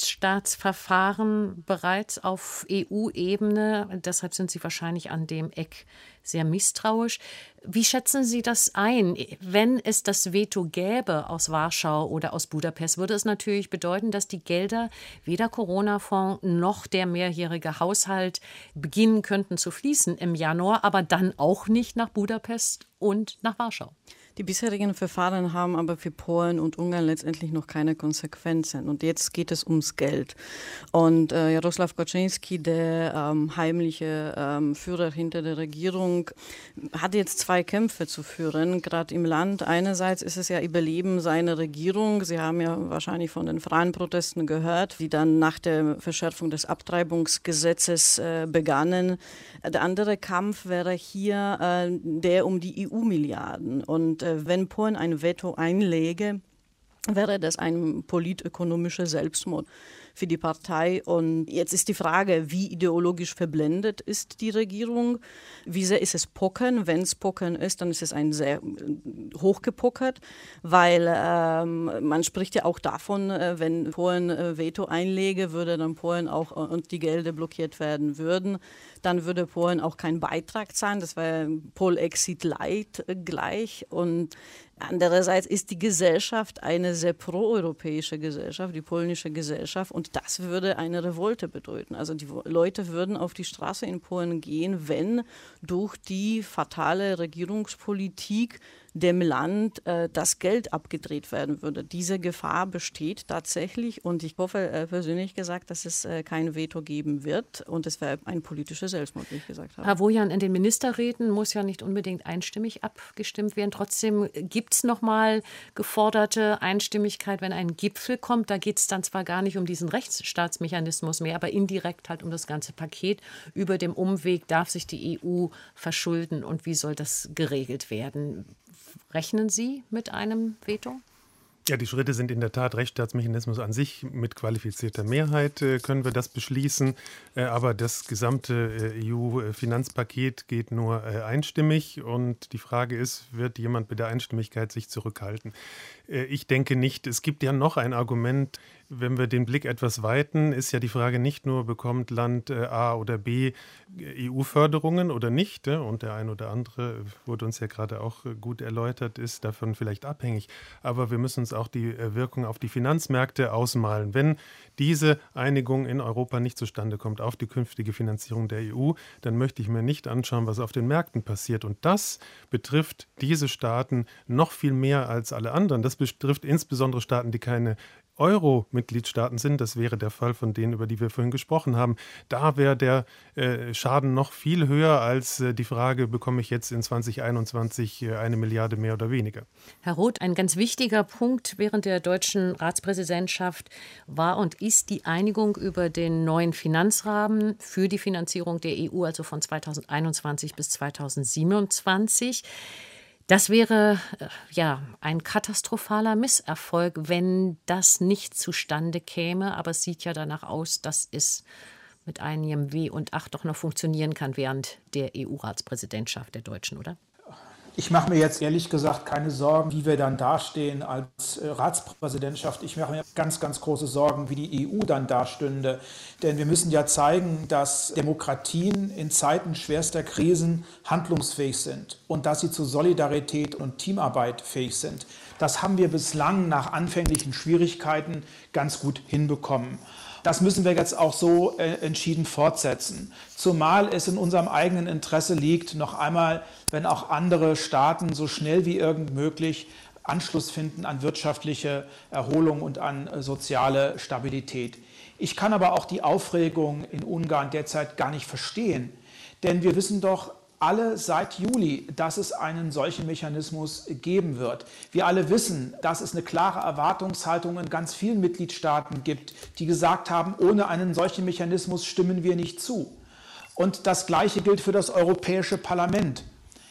Rechtsstaatsverfahren bereits auf E U-Ebene. Deshalb sind Sie wahrscheinlich an dem Eck sehr misstrauisch. Wie schätzen Sie das ein? Wenn es das Veto gäbe aus Warschau oder aus Budapest, würde es natürlich bedeuten, dass die Gelder weder Corona-Fonds noch der mehrjährige Haushalt beginnen könnten zu fließen im Januar, aber dann auch nicht nach Budapest und nach Warschau. Die bisherigen Verfahren haben aber für Polen und Ungarn letztendlich noch keine Konsequenzen. Und jetzt geht es ums Geld. Und äh, Jarosław Kaczyński, der ähm, heimliche ähm, Führer hinter der Regierung, hat jetzt zwei Kämpfe zu führen, gerade im Land. Einerseits ist es ja Überleben seiner Regierung. Sie haben ja wahrscheinlich von den freien Protesten gehört, die dann nach der Verschärfung des Abtreibungsgesetzes äh, begannen. Der andere Kampf wäre hier äh, der um die E U-Milliarden. Und wenn Polen ein Veto einlege, wäre das ein politökonomischer Selbstmord für die Partei. Und jetzt ist die Frage, wie ideologisch verblendet ist die Regierung? Wie sehr ist es Pokern? Wenn es Pokern ist, dann ist es ein sehr hochgepokert, weil ähm, man spricht ja auch davon, äh, wenn Polen äh, Veto einlege, würde dann Polen auch äh, und die Gelder blockiert werden würden. Dann würde Polen auch keinen Beitrag zahlen. Das wäre Polexit Light äh, gleich. Und andererseits ist die Gesellschaft eine sehr proeuropäische Gesellschaft, die polnische Gesellschaft. Und das würde eine Revolte bedeuten. Also die Leute würden auf die Straße in Polen gehen, wenn durch die fatale Regierungspolitik dem Land äh, das Geld abgedreht werden würde. Diese Gefahr besteht tatsächlich und ich hoffe äh, persönlich gesagt, dass es äh, kein Veto geben wird und es wäre ein politischer Selbstmord, wie ich gesagt habe. Herr Wojan, in den Ministerräten muss ja nicht unbedingt einstimmig abgestimmt werden. Trotzdem gibt es nochmal geforderte Einstimmigkeit, wenn ein Gipfel kommt. Da geht es dann zwar gar nicht um diesen Rechtsstaatsmechanismus mehr, aber indirekt halt um das ganze Paket. Über dem Umweg darf sich die E U verschulden und wie soll das geregelt werden? Rechnen Sie mit einem Veto? Ja, die Schritte sind in der Tat Rechtsstaatsmechanismus an sich. Mit qualifizierter Mehrheit äh, können wir das beschließen. Äh, aber das gesamte äh, E U-Finanzpaket geht nur äh, einstimmig. Und die Frage ist, wird jemand mit der Einstimmigkeit sich zurückhalten? Äh, ich denke nicht. Es gibt ja noch ein Argument. Wenn wir den Blick etwas weiten, ist ja die Frage nicht nur, bekommt Land äh, A oder B E U-Förderungen oder nicht? Äh, und der ein oder andere, wurde uns ja gerade auch äh, gut erläutert, ist davon vielleicht abhängig. Aber wir müssen uns auch die äh, Wirkung auf die Finanzmärkte ausmalen. Wenn diese Einigung in Europa nicht zustande kommt auf die künftige Finanzierung der E U, dann möchte ich mir nicht anschauen, was auf den Märkten passiert. Und das betrifft diese Staaten noch viel mehr als alle anderen. Das betrifft insbesondere Staaten, die keine Euro-Mitgliedstaaten sind. Das wäre der Fall von denen, über die wir vorhin gesprochen haben. Da wäre der äh, Schaden noch viel höher als äh, die Frage, bekomme ich jetzt in zwanzig einundzwanzig äh, eine Milliarde mehr oder weniger. Herr Roth, ein ganz wichtiger Punkt während der deutschen Ratspräsidentschaft war und ist die Einigung über den neuen Finanzrahmen für die Finanzierung der E U, also von zweitausendeinundzwanzig bis zweitausendsiebenundzwanzig. Das wäre äh, ja ein katastrophaler Misserfolg, wenn das nicht zustande käme. Aber es sieht ja danach aus, dass es mit einigem Weh und Ach doch noch funktionieren kann während der E U-Ratspräsidentschaft der Deutschen, oder? Ich mache mir jetzt ehrlich gesagt keine Sorgen, wie wir dann dastehen als äh, Ratspräsidentschaft. Ich mache mir ganz, ganz große Sorgen, wie die E U dann dastünde. Denn wir müssen ja zeigen, dass Demokratien in Zeiten schwerster Krisen handlungsfähig sind und dass sie zu Solidarität und Teamarbeit fähig sind. Das haben wir bislang nach anfänglichen Schwierigkeiten ganz gut hinbekommen. Das müssen wir jetzt auch so äh, entschieden fortsetzen. Zumal es in unserem eigenen Interesse liegt, noch einmal, wenn auch andere Staaten so schnell wie irgend möglich Anschluss finden an wirtschaftliche Erholung und an äh, soziale Stabilität. Ich kann aber auch die Aufregung in Ungarn derzeit gar nicht verstehen. Denn wir wissen doch alle seit Juli, dass es einen solchen Mechanismus geben wird. Wir alle wissen, dass es eine klare Erwartungshaltung in ganz vielen Mitgliedstaaten gibt, die gesagt haben, ohne einen solchen Mechanismus stimmen wir nicht zu. Und das Gleiche gilt für das Europäische Parlament.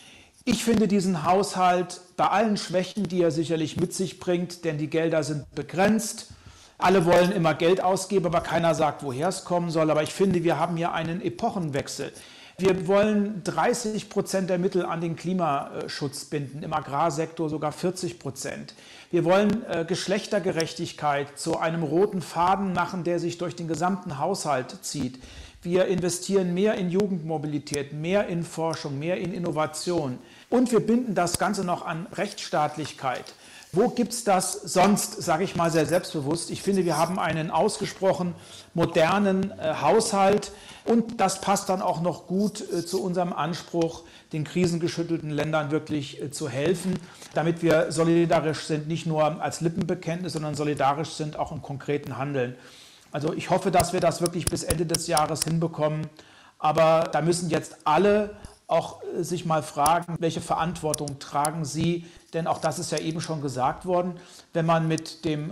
Ich finde diesen Haushalt bei allen Schwächen, die er sicherlich mit sich bringt, denn die Gelder sind begrenzt. Alle wollen immer Geld ausgeben, aber keiner sagt, woher es kommen soll. Aber ich finde, wir haben hier einen Epochenwechsel. Wir wollen dreißig Prozent der Mittel an den Klimaschutz binden, im Agrarsektor sogar vierzig Prozent. Wir wollen äh, Geschlechtergerechtigkeit zu einem roten Faden machen, der sich durch den gesamten Haushalt zieht. Wir investieren mehr in Jugendmobilität, mehr in Forschung, mehr in Innovation. Und wir binden das Ganze noch an Rechtsstaatlichkeit. Wo gibt es das sonst, sage ich mal sehr selbstbewusst? Ich finde, wir haben einen ausgesprochen modernen äh, Haushalt und das passt dann auch noch gut äh, zu unserem Anspruch, den krisengeschüttelten Ländern wirklich äh, zu helfen, damit wir solidarisch sind, nicht nur als Lippenbekenntnis, sondern solidarisch sind auch im konkreten Handeln. Also ich hoffe, dass wir das wirklich bis Ende des Jahres hinbekommen, aber da müssen jetzt alle auch sich mal fragen, welche Verantwortung tragen sie, denn auch das ist ja eben schon gesagt worden, wenn man mit dem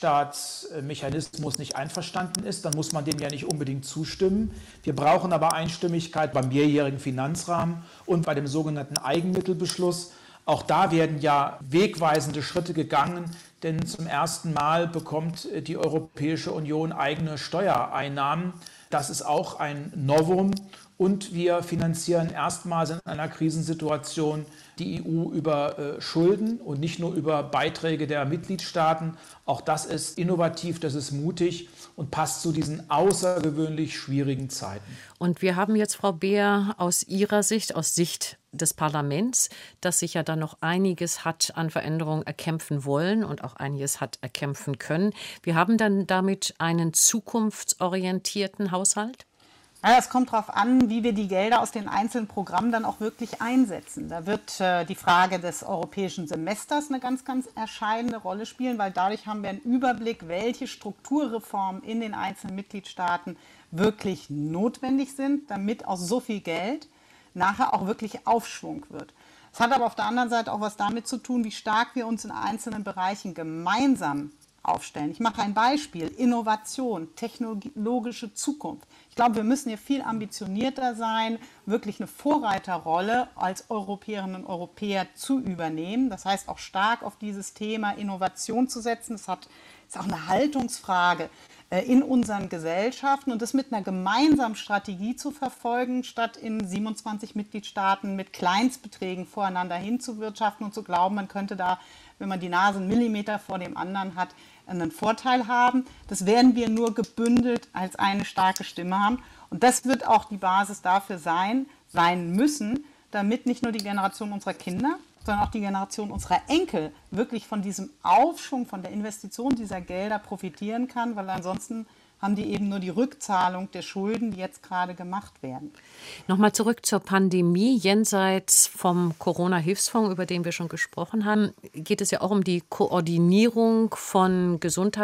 Rechtsstaatsmechanismus nicht einverstanden ist, dann muss man dem ja nicht unbedingt zustimmen. Wir brauchen aber Einstimmigkeit beim mehrjährigen Finanzrahmen und bei dem sogenannten Eigenmittelbeschluss. Auch da werden ja wegweisende Schritte gegangen, denn zum ersten Mal bekommt die Europäische Union eigene Steuereinnahmen. Das ist auch ein Novum. Und wir finanzieren erstmals in einer Krisensituation die E U über äh, Schulden und nicht nur über Beiträge der Mitgliedstaaten. Auch das ist innovativ, das ist mutig und passt zu diesen außergewöhnlich schwierigen Zeiten. Und wir haben jetzt, Frau Beer, aus Ihrer Sicht, aus Sicht des Parlaments, das sich ja dann noch einiges hat an Veränderungen erkämpfen wollen und auch einiges hat erkämpfen können. Wir haben dann damit einen zukunftsorientierten Haushalt? Ja, es kommt darauf an, wie wir die Gelder aus den einzelnen Programmen dann auch wirklich einsetzen. Da wird äh, die Frage des europäischen Semesters eine ganz, ganz entscheidende Rolle spielen, weil dadurch haben wir einen Überblick, welche Strukturreformen in den einzelnen Mitgliedstaaten wirklich notwendig sind, damit aus so viel Geld nachher auch wirklich Aufschwung wird. Es hat aber auf der anderen Seite auch was damit zu tun, wie stark wir uns in einzelnen Bereichen gemeinsam aufstellen. Ich mache ein Beispiel: Innovation, technologische Zukunft. Ich glaube, wir müssen hier viel ambitionierter sein, wirklich eine Vorreiterrolle als Europäerinnen und Europäer zu übernehmen. Das heißt, auch stark auf dieses Thema Innovation zu setzen. Das hat, ist auch eine Haltungsfrage in unseren Gesellschaften und das mit einer gemeinsamen Strategie zu verfolgen, statt in siebenundzwanzig Mitgliedstaaten mit Kleinstbeträgen voreinander hinzuwirtschaften und zu glauben, man könnte da, wenn man die Nase einen Millimeter vor dem anderen hat, einen Vorteil haben. Das werden wir nur gebündelt als eine starke Stimme haben. Und das wird auch die Basis dafür sein, sein müssen, damit nicht nur die Generation unserer Kinder, sondern auch die Generation unserer Enkel wirklich von diesem Aufschwung, von der Investition dieser Gelder profitieren kann, weil ansonsten haben die eben nur die Rückzahlung der Schulden, die jetzt gerade gemacht werden. Nochmal zurück zur Pandemie. Jenseits vom Corona-Hilfsfonds, über den wir schon gesprochen haben, geht es ja auch um die Koordinierung von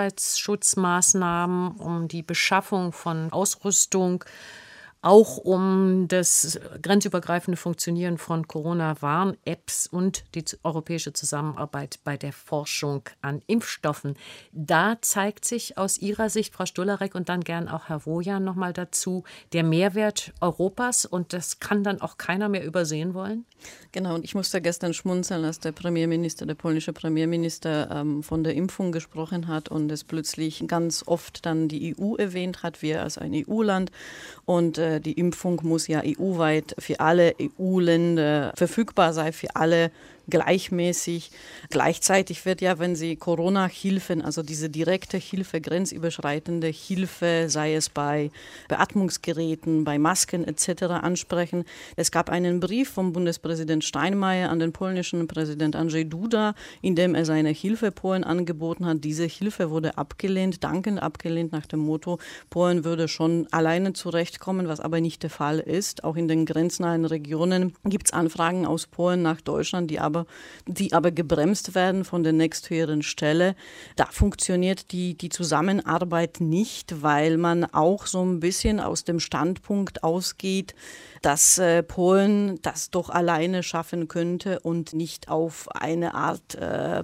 Gesundheitsschutzmaßnahmen, um die Beschaffung von Ausrüstung, auch um das grenzübergreifende Funktionieren von Corona-Warn-Apps und die europäische Zusammenarbeit bei der Forschung an Impfstoffen. Da zeigt sich aus Ihrer Sicht, Frau Stullarek, und dann gern auch Herr Wojan noch mal dazu, der Mehrwert Europas, und das kann dann auch keiner mehr übersehen wollen? Genau, und ich musste gestern schmunzeln, als der Premierminister, der polnische Premierminister ähm, von der Impfung gesprochen hat und es plötzlich ganz oft dann die E U erwähnt hat, wir als ein E U-Land, und äh, die Impfung muss ja E U-weit für alle E U-Länder verfügbar sein, für alle gleichmäßig. Gleichzeitig wird ja, wenn Sie Corona-Hilfen, also diese direkte Hilfe, grenzüberschreitende Hilfe, sei es bei Beatmungsgeräten, bei Masken et cetera ansprechen. Es gab einen Brief vom Bundespräsident Steinmeier an den polnischen Präsident Andrzej Duda, in dem er seine Hilfe Polen angeboten hat. Diese Hilfe wurde abgelehnt, dankend abgelehnt nach dem Motto, Polen würde schon alleine zurechtkommen, was aber nicht der Fall ist. Auch in den grenznahen Regionen gibt es Anfragen aus Polen nach Deutschland, die aber die aber gebremst werden von der nächsthöheren Stelle. Da funktioniert die, die Zusammenarbeit nicht, weil man auch so ein bisschen aus dem Standpunkt ausgeht, dass äh, Polen das doch alleine schaffen könnte und nicht auf eine Art äh,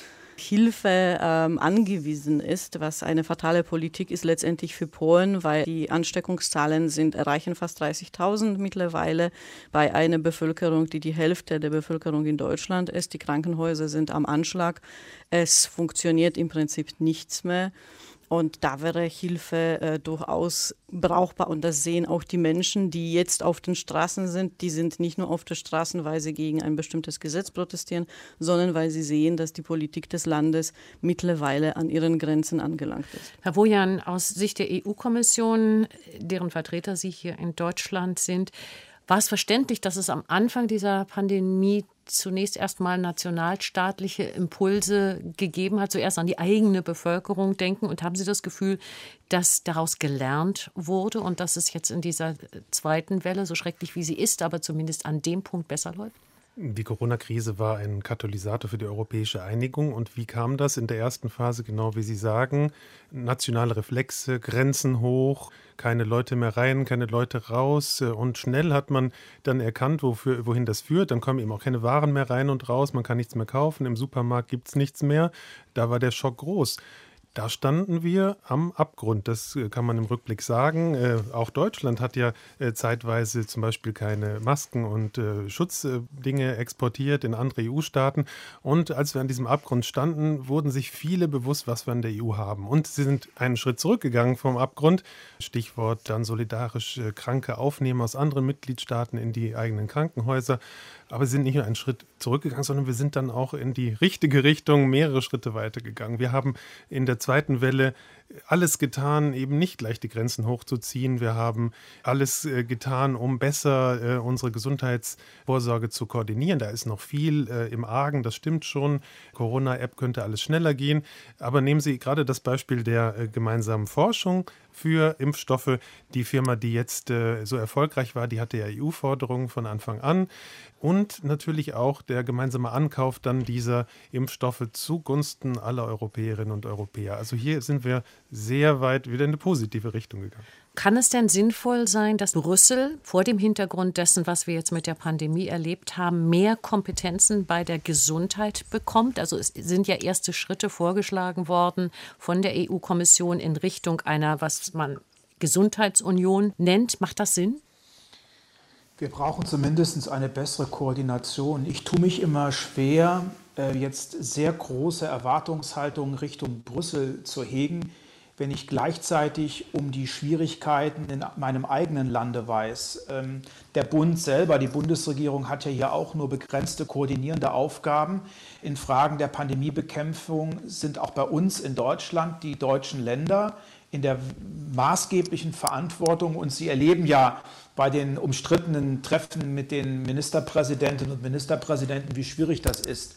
Hilfe ähm, angewiesen ist, was eine fatale Politik ist letztendlich für Polen, weil die Ansteckungszahlen sind, erreichen fast dreißigtausend mittlerweile bei einer Bevölkerung, die die Hälfte der Bevölkerung in Deutschland ist. Die Krankenhäuser sind am Anschlag. Es funktioniert im Prinzip nichts mehr. Und da wäre Hilfe äh, durchaus brauchbar. Und das sehen auch die Menschen, die jetzt auf den Straßen sind. Die sind nicht nur auf der Straße, weil sie gegen ein bestimmtes Gesetz protestieren, sondern weil sie sehen, dass die Politik des Landes mittlerweile an ihren Grenzen angelangt ist. Herr Wojan, aus Sicht der E U-Kommission, deren Vertreter Sie hier in Deutschland sind, war es verständlich, dass es am Anfang dieser Pandemie zunächst erstmal nationalstaatliche Impulse gegeben hat, zuerst an die eigene Bevölkerung denken? Und haben Sie das Gefühl, dass daraus gelernt wurde und dass es jetzt in dieser zweiten Welle, so schrecklich wie sie ist, aber zumindest an dem Punkt besser läuft? Die Corona-Krise war ein Katalysator für die europäische Einigung. Und wie kam das in der ersten Phase, genau wie Sie sagen? Nationale Reflexe, Grenzen hoch, keine Leute mehr rein, keine Leute raus. Und schnell hat man dann erkannt, wofür, wohin das führt. Dann kommen eben auch keine Waren mehr rein und raus. Man kann nichts mehr kaufen. Im Supermarkt gibt es nichts mehr. Da war der Schock groß. Da standen wir am Abgrund, das kann man im Rückblick sagen. Äh, auch Deutschland hat ja äh, zeitweise zum Beispiel keine Masken und äh, Schutzdinge exportiert in andere E U-Staaten. Und als wir an diesem Abgrund standen, wurden sich viele bewusst, was wir in der E U haben. Und sie sind einen Schritt zurückgegangen vom Abgrund. Stichwort dann solidarisch äh, Kranke aufnehmen aus anderen Mitgliedstaaten in die eigenen Krankenhäuser. Aber sie sind nicht nur einen Schritt zurückgegangen, sondern wir sind dann auch in die richtige Richtung mehrere Schritte weitergegangen. Wir haben in der zweiten Welle alles getan, eben nicht gleich die Grenzen hochzuziehen. Wir haben alles äh, getan, um besser äh, unsere Gesundheitsvorsorge zu koordinieren. Da ist noch viel äh, im Argen, das stimmt schon. Corona-App könnte alles schneller gehen. Aber nehmen Sie gerade das Beispiel der äh, gemeinsamen Forschung für Impfstoffe. Die Firma, die jetzt äh, so erfolgreich war, die hatte ja E U-Forderungen von Anfang an. Und natürlich auch der gemeinsame Ankauf dann dieser Impfstoffe zugunsten aller Europäerinnen und Europäer. Also hier sind wir sehr weit wieder in eine positive Richtung gegangen. Kann es denn sinnvoll sein, dass Brüssel vor dem Hintergrund dessen, was wir jetzt mit der Pandemie erlebt haben, mehr Kompetenzen bei der Gesundheit bekommt? Also es sind ja erste Schritte vorgeschlagen worden von der E U-Kommission in Richtung einer, was man Gesundheitsunion nennt. Macht das Sinn? Wir brauchen zumindest eine bessere Koordination. Ich tue mich immer schwer, jetzt sehr große Erwartungshaltungen Richtung Brüssel zu hegen, wenn ich gleichzeitig um die Schwierigkeiten in meinem eigenen Lande weiß. Der Bund selber, die Bundesregierung hat ja hier auch nur begrenzte koordinierende Aufgaben. In Fragen der Pandemiebekämpfung sind auch bei uns in Deutschland die deutschen Länder in der maßgeblichen Verantwortung. Und Sie erleben ja bei den umstrittenen Treffen mit den Ministerpräsidentinnen und Ministerpräsidenten, wie schwierig das ist.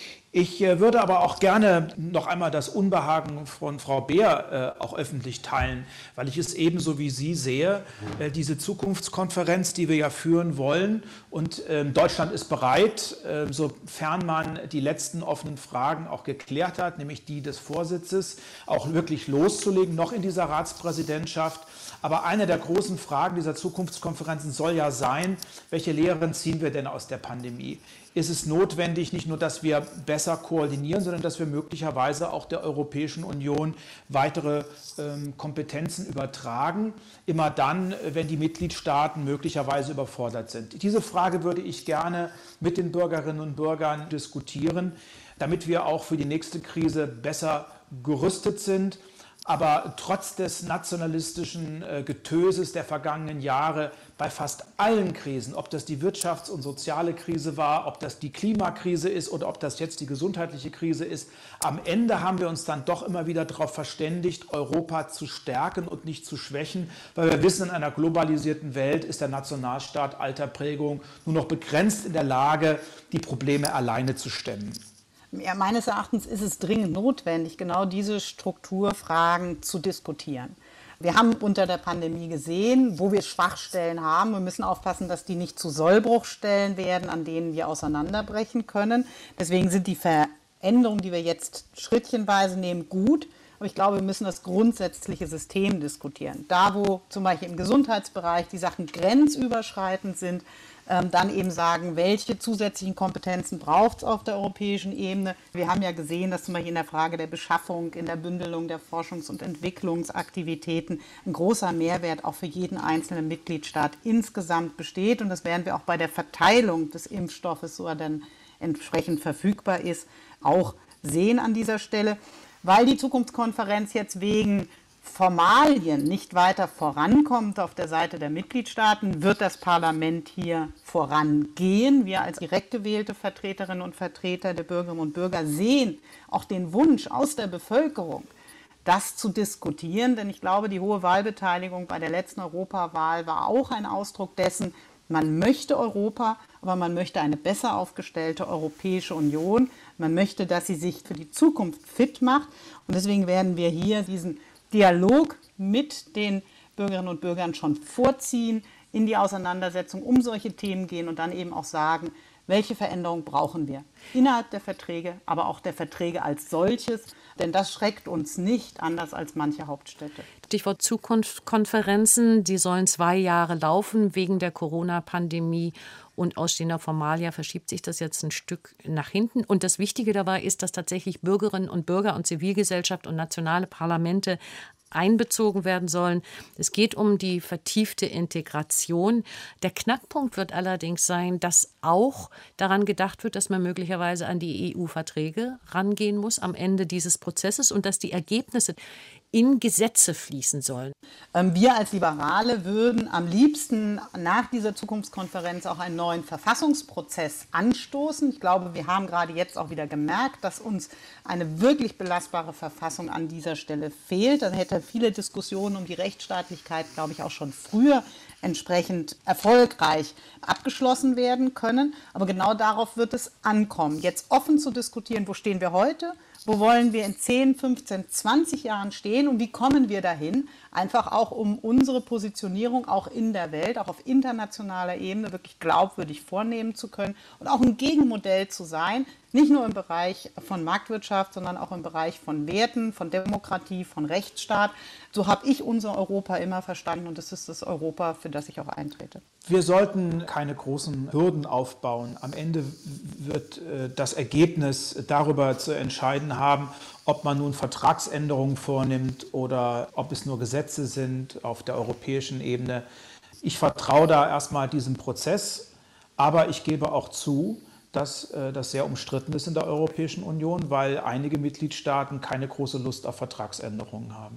Ich würde aber auch gerne noch einmal das Unbehagen von Frau Beer äh, auch öffentlich teilen, weil ich es ebenso wie Sie sehe, äh, diese Zukunftskonferenz, die wir ja führen wollen. Und äh, Deutschland ist bereit, äh, sofern man die letzten offenen Fragen auch geklärt hat, nämlich die des Vorsitzes, auch wirklich loszulegen, noch in dieser Ratspräsidentschaft. Aber eine der großen Fragen dieser Zukunftskonferenzen soll ja sein, welche Lehren ziehen wir denn aus der Pandemie? Ist es notwendig, nicht nur, dass wir besser koordinieren, sondern dass wir möglicherweise auch der Europäischen Union weitere ähm, Kompetenzen übertragen, immer dann, wenn die Mitgliedstaaten möglicherweise überfordert sind. Diese Frage würde ich gerne mit den Bürgerinnen und Bürgern diskutieren, damit wir auch für die nächste Krise besser gerüstet sind. Aber trotz des nationalistischen äh, Getöses der vergangenen Jahre bei fast allen Krisen, ob das die Wirtschafts- und soziale Krise war, ob das die Klimakrise ist oder ob das jetzt die gesundheitliche Krise ist, am Ende haben wir uns dann doch immer wieder darauf verständigt, Europa zu stärken und nicht zu schwächen, weil wir wissen, in einer globalisierten Welt ist der Nationalstaat alter Prägung nur noch begrenzt in der Lage, die Probleme alleine zu stemmen. Ja, meines Erachtens ist es dringend notwendig, genau diese Strukturfragen zu diskutieren. Wir haben unter der Pandemie gesehen, wo wir Schwachstellen haben. Wir müssen aufpassen, dass die nicht zu Sollbruchstellen werden, an denen wir auseinanderbrechen können. Deswegen sind die Veränderungen, die wir jetzt schrittchenweise nehmen, gut. Aber ich glaube, wir müssen das grundsätzliche System diskutieren. Da, wo zum Beispiel im Gesundheitsbereich die Sachen grenzüberschreitend sind, dann eben sagen, welche zusätzlichen Kompetenzen braucht es auf der europäischen Ebene. Wir haben ja gesehen, dass zum Beispiel in der Frage der Beschaffung, in der Bündelung der Forschungs- und Entwicklungsaktivitäten ein großer Mehrwert auch für jeden einzelnen Mitgliedstaat insgesamt besteht. Und das werden wir auch bei der Verteilung des Impfstoffes, so er dann entsprechend verfügbar ist, auch sehen an dieser Stelle. Weil die Zukunftskonferenz jetzt wegen Formalien nicht weiter vorankommt auf der Seite der Mitgliedstaaten, wird das Parlament hier vorangehen. Wir als direkt gewählte Vertreterinnen und Vertreter der Bürgerinnen und Bürger sehen auch den Wunsch aus der Bevölkerung, das zu diskutieren. Denn ich glaube, die hohe Wahlbeteiligung bei der letzten Europawahl war auch ein Ausdruck dessen, man möchte Europa, aber man möchte eine besser aufgestellte Europäische Union. Man möchte, dass sie sich für die Zukunft fit macht. Und deswegen werden wir hier diesen Dialog mit den Bürgerinnen und Bürgern schon vorziehen, in die Auseinandersetzung um solche Themen gehen und dann eben auch sagen, welche Veränderungen brauchen wir innerhalb der Verträge, aber auch der Verträge als solches. Denn das schreckt uns nicht, anders als manche Hauptstädte. Stichwort Zukunftskonferenzen, die sollen zwei Jahre laufen wegen der Corona-Pandemie. Und ausstehender Formalia verschiebt sich das jetzt ein Stück nach hinten. Und das Wichtige dabei ist, dass tatsächlich Bürgerinnen und Bürger und Zivilgesellschaft und nationale Parlamente einbezogen werden sollen. Es geht um die vertiefte Integration. Der Knackpunkt wird allerdings sein, dass auch daran gedacht wird, dass man möglicherweise an die E U-Verträge rangehen muss am Ende dieses Prozesses und dass die Ergebnisse in Gesetze fließen sollen. Wir als Liberale würden am liebsten nach dieser Zukunftskonferenz auch einen neuen Verfassungsprozess anstoßen. Ich glaube, wir haben gerade jetzt auch wieder gemerkt, dass uns eine wirklich belastbare Verfassung an dieser Stelle fehlt. Dann hätte viele Diskussionen um die Rechtsstaatlichkeit, glaube ich, auch schon früher entsprechend erfolgreich abgeschlossen werden können. Aber genau darauf wird es ankommen, jetzt offen zu diskutieren, wo stehen wir heute, wo wollen wir in zehn, fünfzehn, zwanzig Jahren stehen und wie kommen wir dahin? Einfach auch, um unsere Positionierung auch in der Welt, auch auf internationaler Ebene wirklich glaubwürdig vornehmen zu können und auch ein Gegenmodell zu sein, nicht nur im Bereich von Marktwirtschaft, sondern auch im Bereich von Werten, von Demokratie, von Rechtsstaat. So habe ich unser Europa immer verstanden und das ist das Europa, für das ich auch eintrete. Wir sollten keine großen Hürden aufbauen. Am Ende wird äh, das Ergebnis darüber zu entscheiden haben, ob man nun Vertragsänderungen vornimmt oder ob es nur Gesetze sind auf der europäischen Ebene. Ich vertraue da erstmal diesem Prozess, aber ich gebe auch zu, dass äh, das sehr umstritten ist in der Europäischen Union, weil einige Mitgliedstaaten keine große Lust auf Vertragsänderungen haben.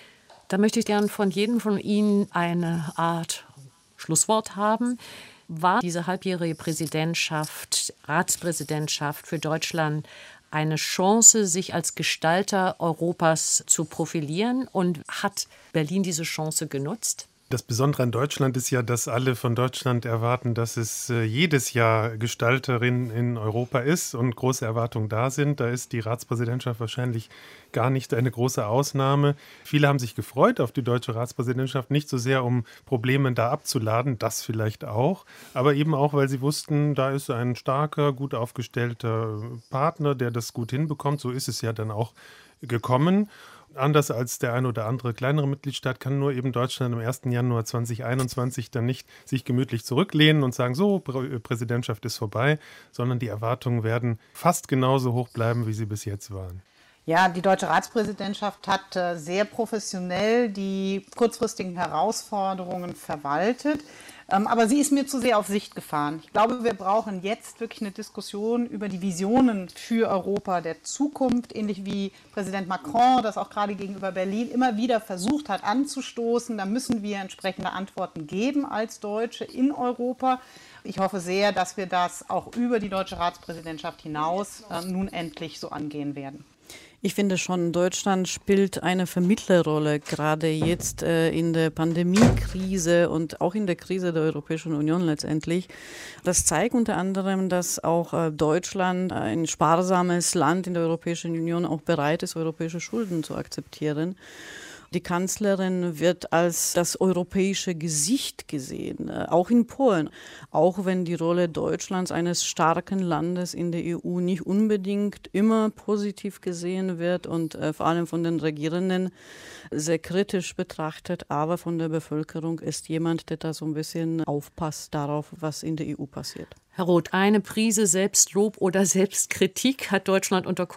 Da möchte ich gern von jedem von Ihnen eine Art Schlusswort haben. War diese halbjährige Präsidentschaft, Ratspräsidentschaft für Deutschland eine Chance, sich als Gestalter Europas zu profilieren? Und hat Berlin diese Chance genutzt? Das Besondere an Deutschland ist ja, dass alle von Deutschland erwarten, dass es äh, jedes Jahr Gestalterin in Europa ist und große Erwartungen da sind. Da ist die Ratspräsidentschaft wahrscheinlich gar nicht eine große Ausnahme. Viele haben sich gefreut auf die deutsche Ratspräsidentschaft, nicht so sehr, um Probleme da abzuladen, das vielleicht auch, aber eben auch, weil sie wussten, da ist ein starker, gut aufgestellter Partner, der das gut hinbekommt. So ist es ja dann auch gekommen. Anders als der ein oder andere kleinere Mitgliedstaat kann nur eben Deutschland am ersten Januar zweitausendeinundzwanzig dann nicht sich gemütlich zurücklehnen und sagen, so, Prä- Präsidentschaft ist vorbei, sondern die Erwartungen werden fast genauso hoch bleiben, wie sie bis jetzt waren. Ja, die deutsche Ratspräsidentschaft hat äh, sehr professionell die kurzfristigen Herausforderungen verwaltet. Ähm, aber sie ist mir zu sehr auf Sicht gefahren. Ich glaube, wir brauchen jetzt wirklich eine Diskussion über die Visionen für Europa der Zukunft, ähnlich wie Präsident Macron das auch gerade gegenüber Berlin immer wieder versucht hat anzustoßen. Da müssen wir entsprechende Antworten geben als Deutsche in Europa. Ich hoffe sehr, dass wir das auch über die deutsche Ratspräsidentschaft hinaus äh, nun endlich so angehen werden. Ich finde schon, Deutschland spielt eine Vermittlerrolle, gerade jetzt äh, in der Pandemiekrise und auch in der Krise der Europäischen Union letztendlich. Das zeigt unter anderem, dass auch äh, Deutschland, ein sparsames Land in der Europäischen Union, auch bereit ist, europäische Schulden zu akzeptieren. Die Kanzlerin wird als das europäische Gesicht gesehen, auch in Polen. Auch wenn die Rolle Deutschlands, eines starken Landes in der E U, nicht unbedingt immer positiv gesehen wird und äh, vor allem von den Regierenden sehr kritisch betrachtet. Aber von der Bevölkerung ist jemand, der da so ein bisschen aufpasst darauf, was in der E U passiert. Herr Roth, eine Prise Selbstlob oder Selbstkritik hat Deutschland unter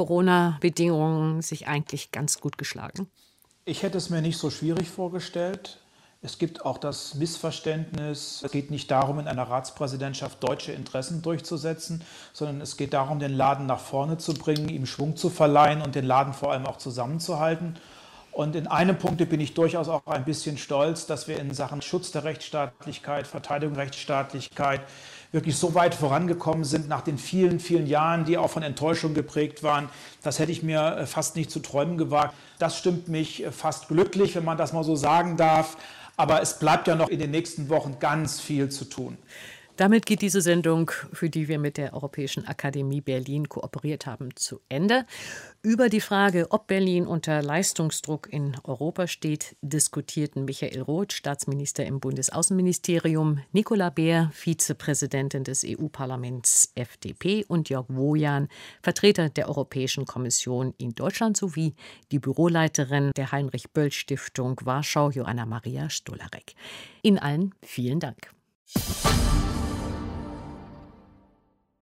Corona-Bedingungen sich eigentlich ganz gut geschlagen? Ich hätte es mir nicht so schwierig vorgestellt. Es gibt auch das Missverständnis, es geht nicht darum, in einer Ratspräsidentschaft deutsche Interessen durchzusetzen, sondern es geht darum, den Laden nach vorne zu bringen, ihm Schwung zu verleihen und den Laden vor allem auch zusammenzuhalten. Und in einem Punkt bin ich durchaus auch ein bisschen stolz, dass wir in Sachen Schutz der Rechtsstaatlichkeit, Verteidigung der Rechtsstaatlichkeit wirklich so weit vorangekommen sind nach den vielen, vielen Jahren, die auch von Enttäuschung geprägt waren. Das hätte ich mir fast nicht zu träumen gewagt. Das stimmt mich fast glücklich, wenn man das mal so sagen darf. Aber es bleibt ja noch in den nächsten Wochen ganz viel zu tun. Damit geht diese Sendung, für die wir mit der Europäischen Akademie Berlin kooperiert haben, zu Ende. Über die Frage, ob Berlin unter Leistungsdruck in Europa steht, diskutierten Michael Roth, Staatsminister im Bundesaußenministerium, Nicola Beer, Vizepräsidentin des E U-Parlaments F D P und Jörg Wojan, Vertreter der Europäischen Kommission in Deutschland sowie die Büroleiterin der Heinrich-Böll-Stiftung Warschau, Joanna Maria Stolarek. Ihnen allen vielen Dank.